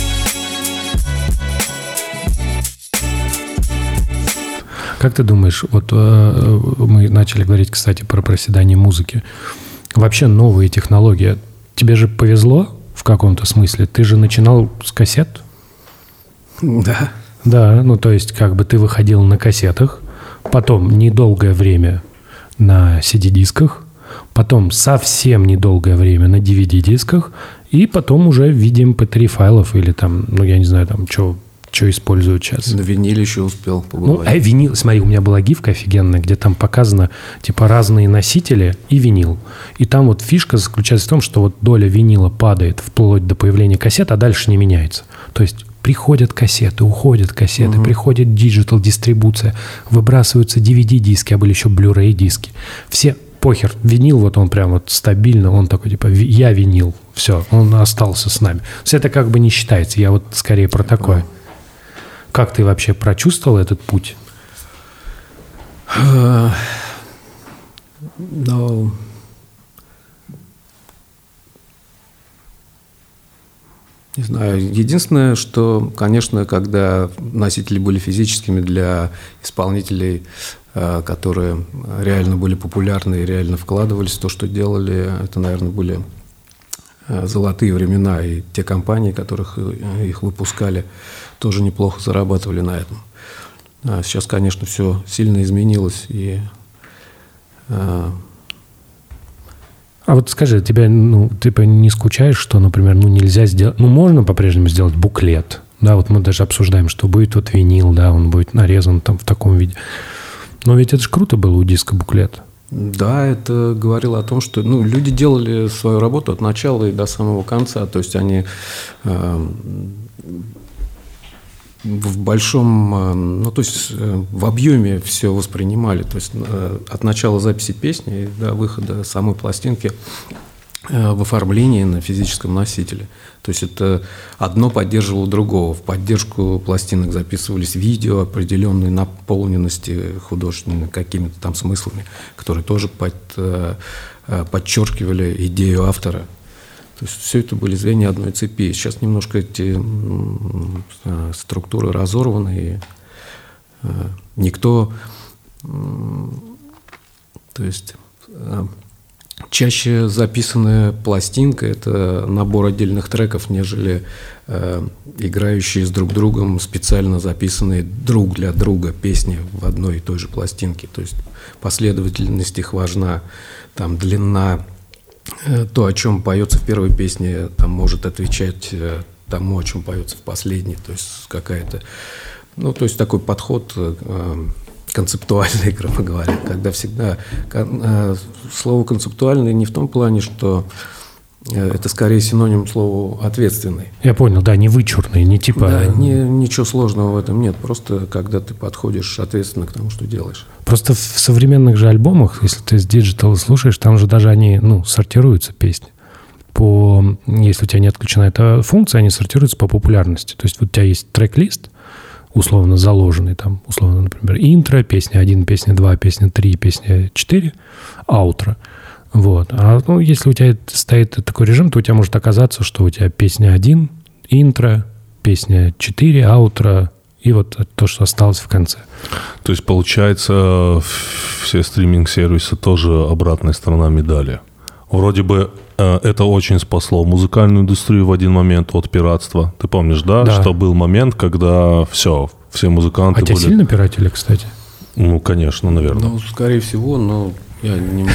Как ты думаешь, мы начали говорить, кстати, про проседание музыки. Вообще новые технологии. Тебе же повезло в каком-то смысле. Ты же начинал с кассет? Да. Да, то есть как бы ты выходил на кассетах, потом недолгое время на CD-дисках, потом совсем недолгое время на DVD-дисках, и потом уже в виде MP3 файлов или там, я не знаю, там, что используют сейчас. На виниле еще успел побывать. Винил, смотри, у меня была гифка офигенная, где там показано, разные носители и винил. И там фишка заключается в том, что доля винила падает вплоть до появления кассет, а дальше не меняется. То есть приходят кассеты, уходят кассеты, приходит диджитал-дистрибуция, выбрасываются DVD-диски, а были еще Blu-ray диски. Все похер, винил, он прям стабильно, он такой, я винил, все, он остался с нами. Все это как бы не считается, я скорее про такое. Как ты вообще прочувствовал этот путь? Не знаю. Единственное, что, конечно, когда носители были физическими для исполнителей, которые реально были популярны и реально вкладывались в то, что делали, это, наверное, были золотые времена. И те компании, которых их выпускали, тоже неплохо зарабатывали на этом. Сейчас, конечно, все сильно изменилось. Скажи, тебя, ты не скучаешь, что, например, нельзя сделать... можно по-прежнему сделать буклет. Да, мы даже обсуждаем, что будет винил, да, он будет нарезан там в таком виде. Но ведь это же круто было у диска буклет. Да, это говорило о том, что люди делали свою работу от начала и до самого конца. То есть они в большом, в объеме все воспринимали. То есть от начала записи песни до выхода самой пластинки в оформлении на физическом носителе. То есть это одно поддерживало другого. В поддержку пластинок записывались видео определенной наполненности художественными какими-то там смыслами, которые тоже подчеркивали идею автора. То есть все это были звенья одной цепи. Сейчас немножко эти структуры разорваны, и никто... То есть... Чаще записанная пластинка – это набор отдельных треков, нежели играющие с друг другом специально записанные друг для друга песни в одной и той же пластинке. То есть последовательность их важна, там длина то, о чем поется в первой песне, там может отвечать тому, о чем поется в последней. То есть какая-то... Ну, то есть такой подход концептуальный, грубо говоря, когда всегда... Слово «концептуальный» не в том плане, что это скорее синоним слову «ответственный». Я понял, да, не вычурный, не типа... Да, ничего сложного в этом нет. Просто когда ты подходишь ответственно к тому, что делаешь. Просто в современных же альбомах, если ты с диджитала слушаешь, там же даже они, сортируются песни. Если у тебя не отключена эта функция, они сортируются по популярности. То есть вот у тебя есть трек-лист, условно заложенный, там, условно, например, интро, песня 1, песня 2, песня 3, песня 4, аутро. Вот. А если у тебя стоит такой режим, то у тебя может оказаться, что у тебя песня 1, интро, песня 4, аутро, и вот то, что осталось в конце. То есть, получается, все стриминг-сервисы тоже обратная сторона медали. Вроде бы это очень спасло музыкальную индустрию в один момент от пиратства. Ты помнишь, да? Что был момент, когда все музыканты были... А тебя сильно пиратели, кстати? Ну, конечно, наверное. Скорее всего, но я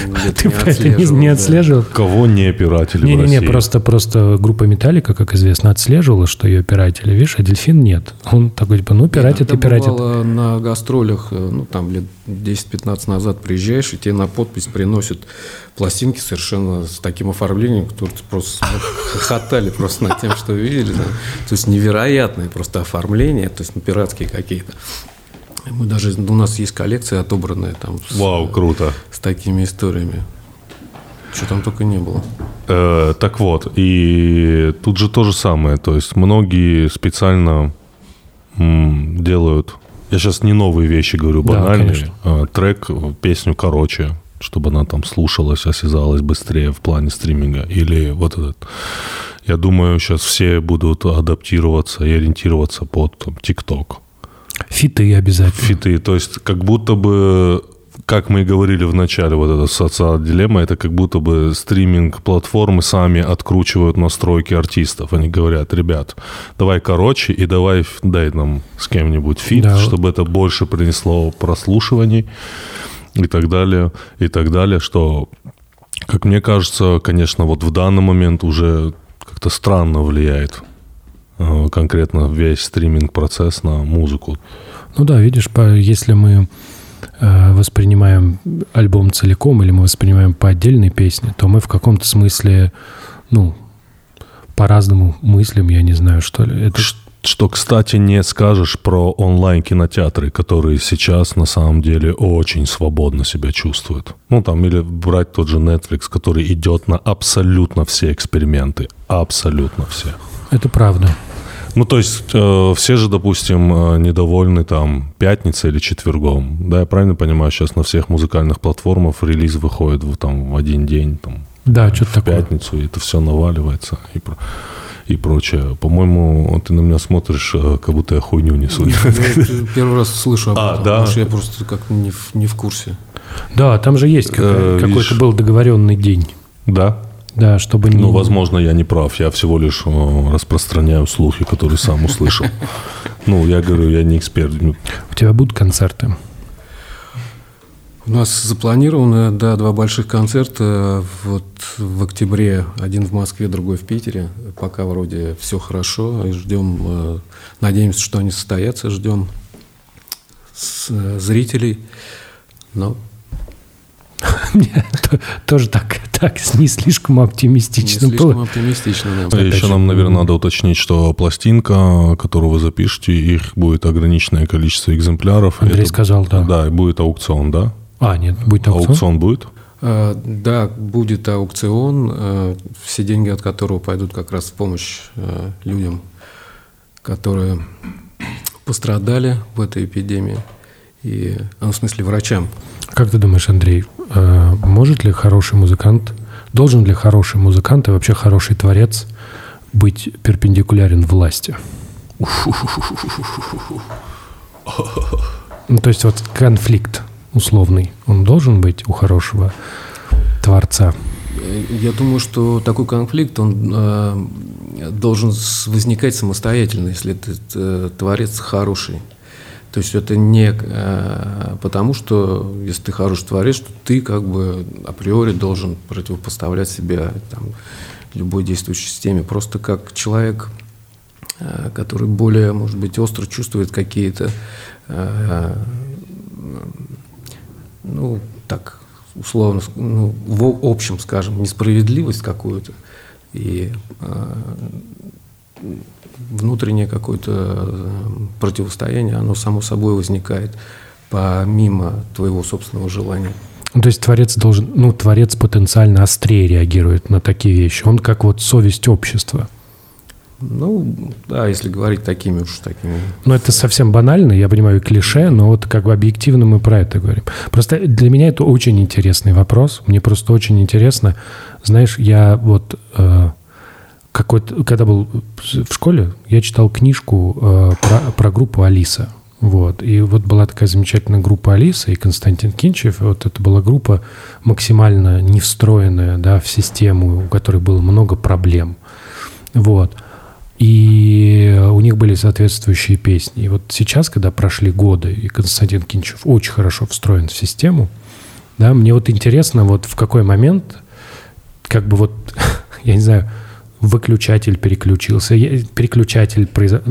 не отслеживал. Кого не пиратели в России? Не, просто группа «Металлика», как известно, отслеживала, что ее пиратели. Видишь, а «Дельфин» нет. Он такой, пиратит и пиратит. Бывало на гастролях, там лет 10-15 назад приезжаешь, и тебе на подпись приносят пластинки совершенно с таким оформлением, которые просто хохотали просто над тем, что видели. То есть невероятное просто оформление, то есть пиратские какие-то. У нас есть коллекция отобранная там. Вау, круто. С такими историями. Что там только не было. Так вот, и тут же то же самое. То есть многие специально делают... Я сейчас не новые вещи говорю, банальные. Да, трек, песню короче, чтобы она там слушалась, осязалась быстрее в плане стриминга. Или вот этот... Я думаю, сейчас все будут адаптироваться и ориентироваться под ТикТок. Фиты обязательно. Фиты, то есть как будто бы, как мы и говорили в начале, вот эта социальная дилемма, это как будто бы стриминг-платформы сами откручивают настройки артистов. Они говорят: ребят, давай короче и дай нам с кем-нибудь фит, да, чтобы это больше принесло прослушиваний и так далее, что, как мне кажется, конечно, вот в данный момент уже как-то странно влияет конкретно весь стриминг-процесс на музыку. Ну да, видишь, если мы воспринимаем альбом целиком или мы воспринимаем по отдельной песне, то мы в каком-то смысле, по-разному мыслим, я не знаю, что ли. Это... Что, кстати, не скажешь про онлайн-кинотеатры, которые сейчас на самом деле очень свободно себя чувствуют. Или брать тот же Netflix, который идет на абсолютно все эксперименты. Абсолютно все. Это правда. То есть все же, допустим, недовольны там пятницей или четвергом. Да, я правильно понимаю, сейчас на всех музыкальных платформах релиз выходит в один день, да, что-то в пятницу, и это все наваливается и прочее. По-моему, ты на меня смотришь, как будто я хуйню несу. Я первый раз слышу об этом, потому что я просто как-то не в курсе. Да, там же есть какой-то был договоренный день. Да? Да, чтобы не... возможно, я не прав. Я всего лишь распространяю слухи, которые сам услышал. Я говорю, я не эксперт. У тебя будут концерты? У нас запланировано, 2 больших концерта. Вот в октябре. Один в Москве, другой в Питере. Пока вроде все хорошо. И ждем, надеемся, что они состоятся. Ждем зрителей. Но... Тоже так не слишком оптимистично. Не слишком оптимистично, да. Еще нам, наверное, надо уточнить, что пластинка, которую вы запишете, их будет ограниченное количество экземпляров. Андрей сказал, да. Да, и будет аукцион, да? Нет, будет аукцион. Аукцион будет? Да, будет аукцион, все деньги от которого пойдут как раз в помощь людям, которые пострадали в этой эпидемии, в смысле врачам. Как ты думаешь, Андрей, может ли хороший музыкант, должен ли хороший музыкант и вообще хороший творец быть перпендикулярен власти? То есть вот конфликт условный, он должен быть у хорошего творца? Я думаю, что такой конфликт, он должен возникать самостоятельно, если этот творец хороший. То есть это не потому, что если ты хороший творец, что ты как бы априори должен противопоставлять себя там, любой действующей системе. Просто как человек, который более, может быть, остро чувствует какие-то, ну, так, условно, ну, в общем, скажем, несправедливость какую-то и внутреннее какое-то противостояние, оно само собой возникает помимо твоего собственного желания. Ну, то есть творец должен, ну, творец потенциально острее реагирует на такие вещи. Он как вот совесть общества. Ну, да, если говорить такими уж такими. Ну, это совсем банально, я понимаю, клише, но вот как бы объективно мы про это говорим. Просто для меня это очень интересный вопрос. Мне просто очень интересно. Знаешь, я вот когда был в школе, я читал книжку про группу «Алиса». Вот. И вот была такая замечательная группа «Алиса» и Константин Кинчев. Вот это была группа максимально не встроенная, да, в систему, у которой было много проблем. Вот. И у них были соответствующие песни. И вот сейчас, когда прошли годы, и Константин Кинчев очень хорошо встроен в систему, да, мне вот интересно, вот в какой момент, как бы вот, я не знаю, выключатель переключился, выключатель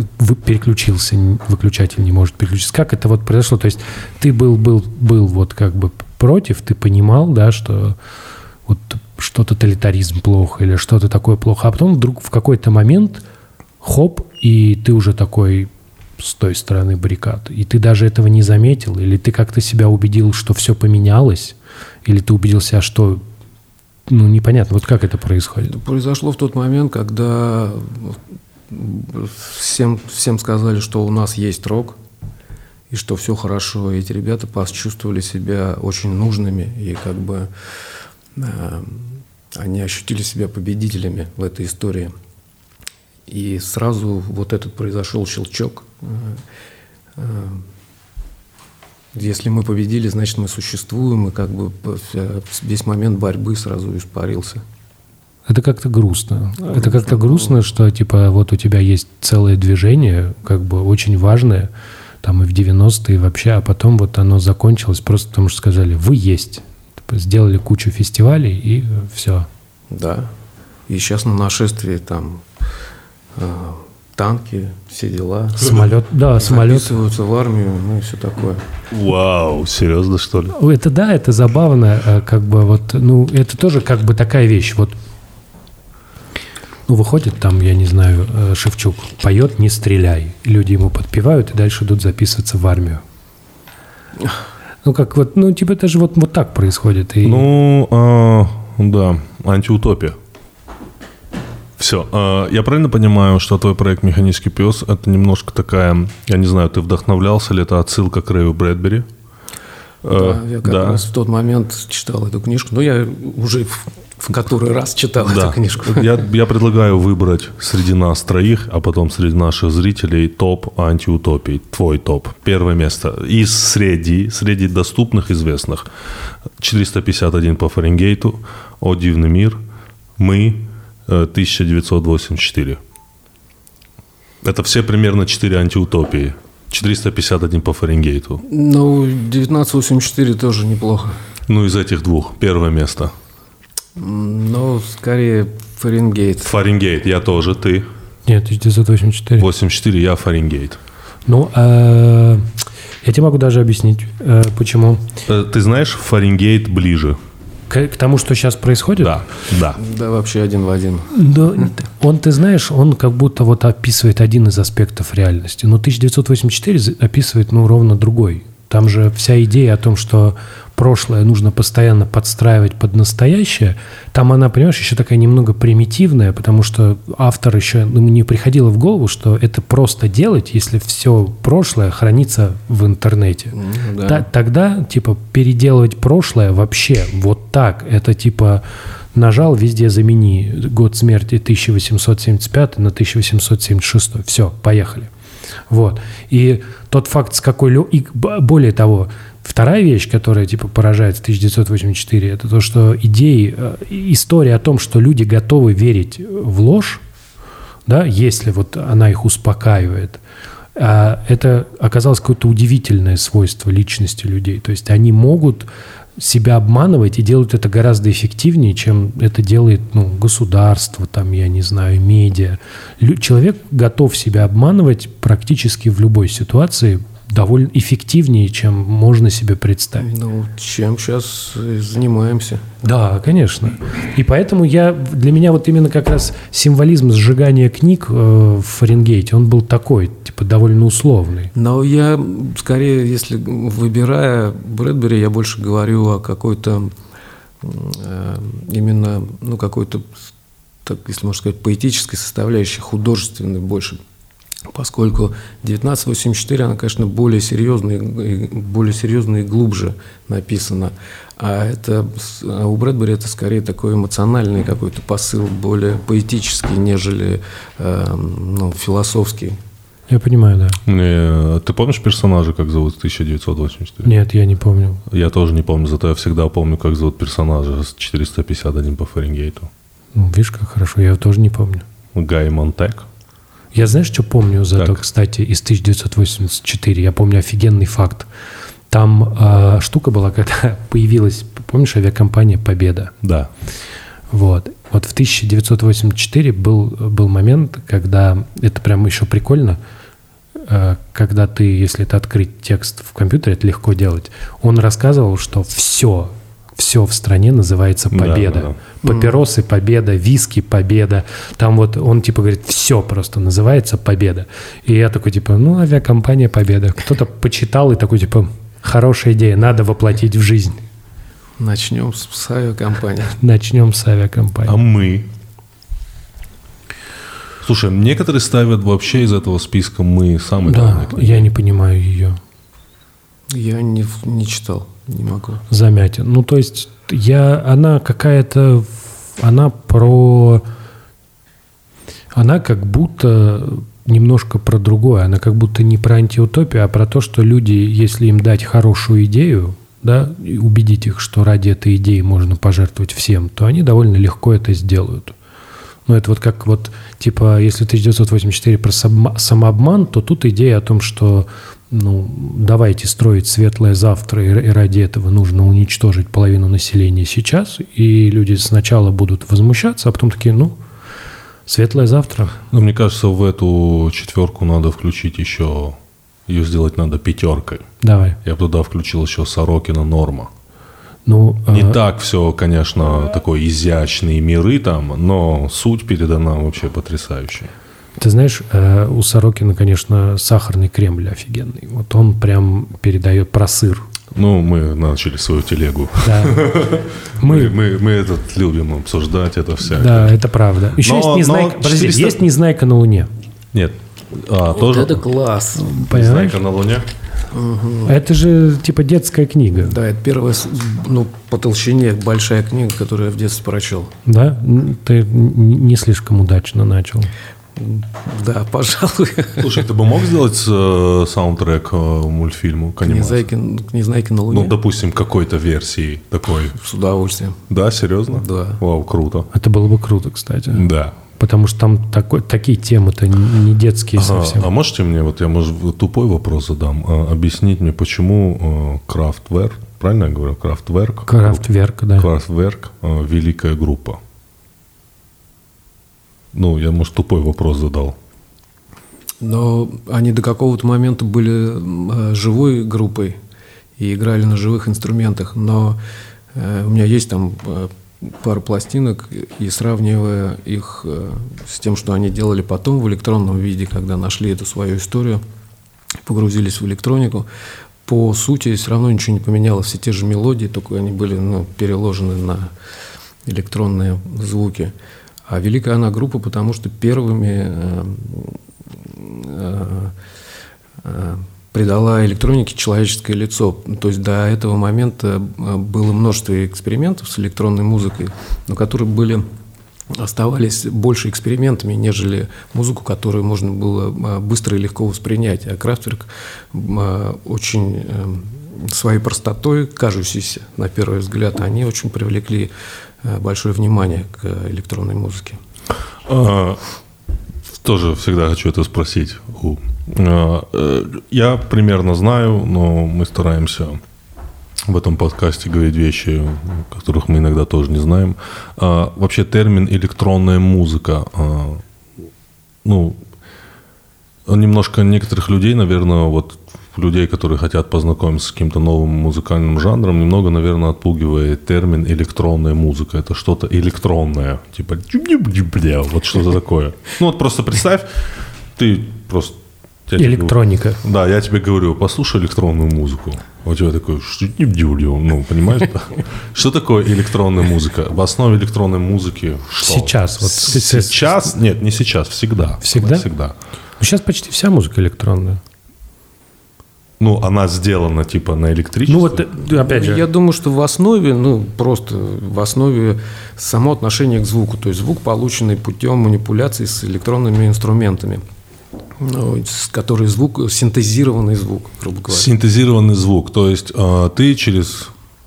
не может переключиться. Как это вот произошло? То есть ты был вот как бы против, ты понимал, да, что вот что тоталитаризм плохо или что-то такое плохо, а потом вдруг в какой-то момент хоп, и ты уже такой с той стороны баррикад. И ты даже этого не заметил, или ты как-то себя убедил, что все поменялось, или ты убедил себя, что ну, непонятно, вот как это происходит? Это произошло в тот момент, когда всем сказали, что у нас есть рок, и что все хорошо. И эти ребята почувствовали себя очень нужными, и как бы они ощутили себя победителями в этой истории. И сразу вот этот произошел щелчок. Если мы победили, значит, мы существуем, и как бы весь момент борьбы сразу испарился. Это как-то грустно. Это как-то грустно, что типа вот у тебя есть целое движение, как бы очень важное, там и в 90-е вообще, а потом вот оно закончилось просто потому, что сказали, вы есть. Сделали кучу фестивалей, и все. Да. И сейчас на нашествии там танки, все дела. Самолет, да, самолет. Записываются в армию, ну и все такое. Вау, серьезно, что ли? Это да, это забавно, как бы вот, ну, это тоже как бы такая вещь, вот, ну, выходит там, я не знаю, Шевчук поет «Не стреляй», и люди ему подпевают и дальше идут записываться в армию. Ну, как вот, ну, типа это же вот так происходит. И... Ну, да, антиутопия. Все. Я правильно понимаю, что твой проект «Механический пес» — это немножко такая, я не знаю, ты вдохновлялся ли, это отсылка к Рэю Брэдбери? Да, я как раз в тот момент читал эту книжку. Но я уже в который раз читал эту книжку. Я предлагаю выбрать среди нас троих, а потом среди наших зрителей топ антиутопий. Твой топ. Первое место. Из среди доступных, известных. 451 по Фаренгейту, «О дивный мир», «Мы», 1984. Это все примерно 4 антиутопии. 451 по Фаренгейту. Ну, 1984 тоже неплохо. Ну, из этих двух. Первое место. Ну, скорее Фаренгейт. Фаренгейт. Я тоже. Ты? Нет, 1984. 84. Я Фаренгейт. Ну, я тебе могу даже объяснить, почему. Ты знаешь, Фаренгейт ближе. К тому, что сейчас происходит? Да. Да, вообще один в один. Но он, ты знаешь, он как будто вот описывает один из аспектов реальности. Но 1984 описывает, ну, ровно другой. Там же вся идея о том, что прошлое нужно постоянно подстраивать под настоящее, там она, понимаешь, еще такая немного примитивная, потому что автор еще ему не приходило в голову, что это просто делать, если все прошлое хранится в интернете. Да. Тогда, типа, переделывать прошлое вообще вот так, это типа нажал, везде замени год смерти 1875 на 1876. Все, поехали. Вот. И тот факт, с какой... И более того, вторая вещь, которая типа поражает в 1984, это то, что история о том, что люди готовы верить в ложь, да, если вот она их успокаивает, Это оказалось какое-то удивительное свойство личности людей. То есть они могут себя обманывать и делают это гораздо эффективнее, чем это делает государство, там, я не знаю, медиа. Человек готов себя обманывать практически в любой ситуации довольно эффективнее, чем можно себе представить. Чем сейчас занимаемся. Да, конечно. И поэтому для меня вот именно как раз символизм сжигания книг в Фаренгейте, он был такой, типа, довольно условный. Но я, скорее, если выбирая Брэдбери, я больше говорю о какой-то именно, какой-то, так, если можно сказать, поэтической составляющей, художественной больше. Поскольку 1984, она, конечно, более серьезная и глубже написана. А у Брэдбери это скорее такой эмоциональный какой-то посыл, более поэтический, нежели философский. Я понимаю, да. Ты помнишь персонажа, как зовут 1984? Нет, я не помню. Я тоже не помню, зато я всегда помню, как зовут персонажа с 451 по Фаренгейту. Видишь, как хорошо, я его тоже не помню. Гай Монтек. Я знаешь, что помню зато, кстати, из 1984? Я помню офигенный факт. Там штука была, когда появилась, помнишь, авиакомпания «Победа»? Да. Вот в 1984 был момент, когда, это прям еще прикольно, когда ты, если это открыть текст в компьютере, это легко делать. Он рассказывал, что все в стране называется «Победа». Да. Папиросы «Победа», виски «Победа». Там вот он типа говорит, все просто называется «Победа». И я такой типа, авиакомпания «Победа». Кто-то почитал и такой типа, хорошая идея, надо воплотить в жизнь. Начнем с авиакомпании. Начнем с авиакомпании. А мы? Слушай, некоторые ставят вообще из этого списка «Мы» самый главный. Да, я не понимаю ее. Я не читал, не могу. Замятин. То есть она какая-то, она как будто немножко про другое. Она как будто не про антиутопию, а про то, что люди, если им дать хорошую идею, да, и убедить их, что ради этой идеи можно пожертвовать всем, то они довольно легко это сделают. Это вот как типа, если 1984 про самообман, то тут идея о том, что давайте строить светлое завтра, и ради этого нужно уничтожить половину населения сейчас, и люди сначала будут возмущаться, а потом такие, светлое завтра. Мне кажется, в эту четверку надо включить еще, ее сделать надо 5. Давай. Я бы туда включил еще Сорокина «Норма». Не так все, конечно, такой изящные миры там, но суть передана вообще потрясающая. Ты знаешь, у Сорокина, конечно, сахарный Кремль офигенный. Вот он прям передает про сыр. Мы начали свою телегу. Да. Мы этот любим обсуждать, это всякое. Да, это правда. Еще есть «Незнайка». Подожди, есть «Незнайка на Луне». Нет. Тоже? Это класс. «Незнайка на Луне». Угу. Это же типа детская книга. Да, это первая, по толщине большая книга, которую я в детстве прочел. Да? Ты не слишком удачно начал. Да, пожалуй. Слушай, ты бы мог сделать саундтрек мультфильму к анимации? «Незнайки на Луне»? Допустим, какой-то версии такой. С удовольствием. Да, серьезно? Да. Вау, круто. Это было бы круто, кстати. Да. Потому что там такие темы-то не детские совсем. А можете мне, я, может, тупой вопрос задам, объяснить мне, почему Kraftwerk, правильно я говорю? Kraftwerk, да. Kraftwerk – великая группа. Я, может, тупой вопрос задал. Но они до какого-то момента были живой группой и играли на живых инструментах. Но у меня есть там пару пластинок, и сравнивая их с тем, что они делали потом в электронном виде, когда нашли эту свою историю, погрузились в электронику, по сути все равно ничего не поменялось. Все те же мелодии, только они были переложены на электронные звуки. А великая она группа, потому что первыми придала электронике человеческое лицо. То есть до этого момента было множество экспериментов с электронной музыкой, но которые оставались больше экспериментами, нежели музыку, которую можно было быстро и легко воспринять. А Kraftwerk очень своей простотой, кажущейся на первый взгляд, они очень привлекли большое внимание к электронной музыке. Тоже всегда хочу это спросить у Я примерно знаю, но мы стараемся в этом подкасте говорить вещи, которых мы иногда тоже не знаем. Вообще термин «электронная музыка», он немножко некоторых людей, наверное, вот людей, которые хотят познакомиться с каким-то новым музыкальным жанром, немного, наверное, отпугивает термин «электронная музыка». Это что-то электронное, типа вот что-то такое. Ну вот просто представь, ты просто... Электроника. Да, я тебе говорю, послушай электронную музыку. У тебя такой, понимаешь? Что такое электронная музыка? В основе электронной музыки что? Сейчас. Сейчас? Нет, не сейчас, всегда. Всегда? Всегда. Сейчас почти вся музыка электронная. Она сделана типа на электричестве. Опять же. Я думаю, что в основе, просто в основе само отношение к звуку. То есть звук, полученный путем манипуляций с электронными инструментами. Который синтезированный звук, грубо говоря. Синтезированный звук. То есть ты через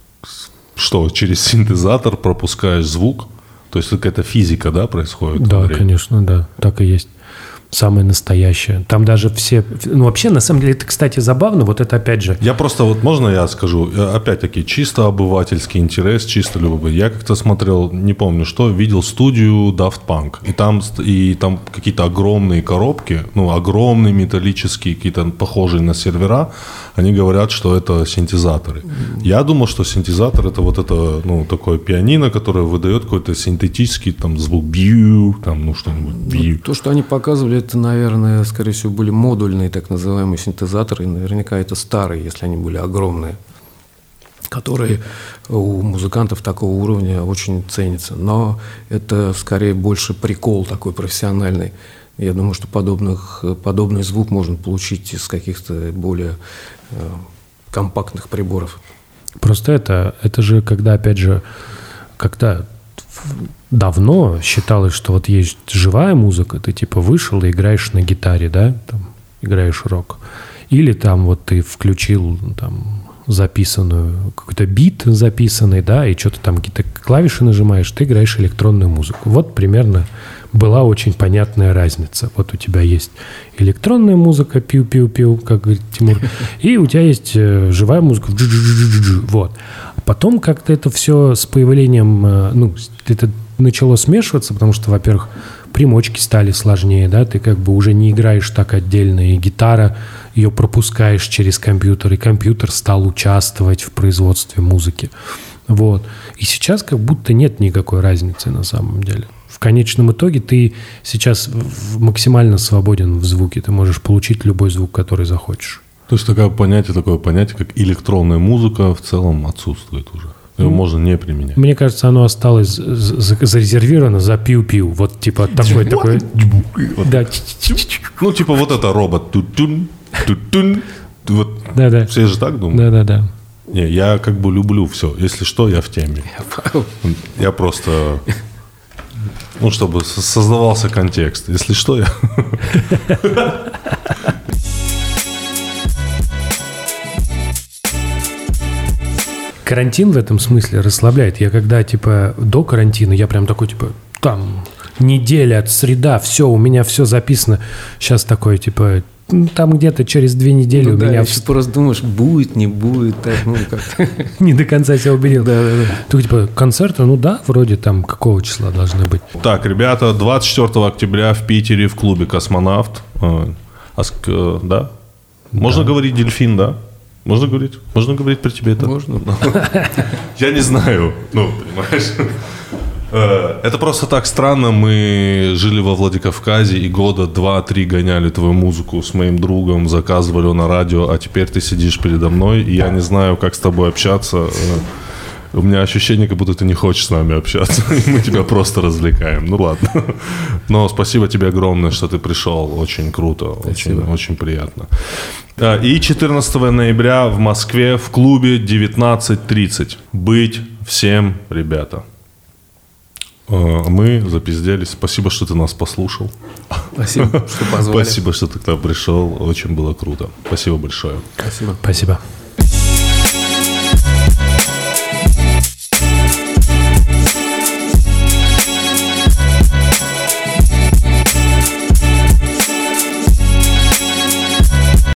синтезатор пропускаешь звук. То есть какая-то физика, да, происходит? Да, конечно, да. Так и есть. Самое настоящее. Там даже все... вообще, на самом деле, это, кстати, забавно. Вот это опять же... Я просто... можно я скажу? Опять-таки, чисто обывательский интерес, чисто любой. Я как-то смотрел, не помню что, видел студию Daft Punk. И там какие-то огромные коробки, огромные металлические, какие-то похожие на сервера. Они говорят, что это синтезаторы. Я думал, что синтезатор это вот это, такое пианино, которое выдает какой-то синтетический там звук бью, что-нибудь бью. То, что они показывали, это, наверное, скорее всего, были модульные так называемые синтезаторы. И наверняка это старые, если они были огромные, которые у музыкантов такого уровня очень ценятся. Но это скорее больше прикол такой профессиональный. Я думаю, что подобный звук можно получить из каких-то более компактных приборов. Просто это же, когда, опять же, когда давно считалось, что вот есть живая музыка, ты типа вышел и играешь на гитаре, да, там, играешь рок. Или там вот ты включил там записанную, какой-то бит записанный, да, и что-то там какие-то клавиши нажимаешь, ты играешь электронную музыку. Вот примерно была очень понятная разница. Вот у тебя есть электронная музыка, пиу-пиу-пиу, как говорит Тимур, и у тебя есть живая музыка, вот. Потом как-то это все с появлением, это начало смешиваться, потому что, во-первых, примочки стали сложнее, да, ты как бы уже не играешь так отдельно, и гитара, ее пропускаешь через компьютер, и компьютер стал участвовать в производстве музыки. Вот. И сейчас как будто нет никакой разницы на самом деле. В конечном итоге ты сейчас максимально свободен в звуке, ты можешь получить любой звук, который захочешь. То есть такое понятие, как электронная музыка в целом отсутствует уже. Его можно не применять. Мне кажется, оно осталось зарезервировано за пиу-пиу. Вот типа такой. Да. Типа вот это робот. Да. Все же так думают? Да. Не, я как бы люблю все. Если что, я в теме. Я просто... чтобы создавался контекст. Если что, я... Карантин в этом смысле расслабляет. Я когда, до карантина, я прям такой, там, неделя, среда, все, у меня все записано. Сейчас такой, там где-то через 2 недели у меня... Сейчас просто думаешь, будет, не будет, так, как-то... Не до конца себя убедил. Да. Тут, концерты, вроде там, какого числа должны быть? Так, ребята, 24 октября в Питере в клубе «Космонавт». Да? Можно говорить «Дельфин», да? Можно говорить про тебя это? Можно. Я не знаю. Понимаешь? Это просто так странно. Мы жили во Владикавказе и года 2-3 гоняли твою музыку с моим другом, заказывали на радио, а теперь ты сидишь передо мной, и я не знаю, как с тобой общаться. У меня ощущение, как будто ты не хочешь с нами общаться, и мы тебя просто развлекаем. Ладно. Но спасибо тебе огромное, что ты пришел. Очень круто, очень, очень приятно. И 14 ноября в Москве в клубе 19:30. Быть всем, ребята. Мы запизделись. Спасибо, что ты нас послушал. Спасибо, что позвали. Спасибо, что ты к нам пришел. Очень было круто. Спасибо большое. Спасибо. Спасибо.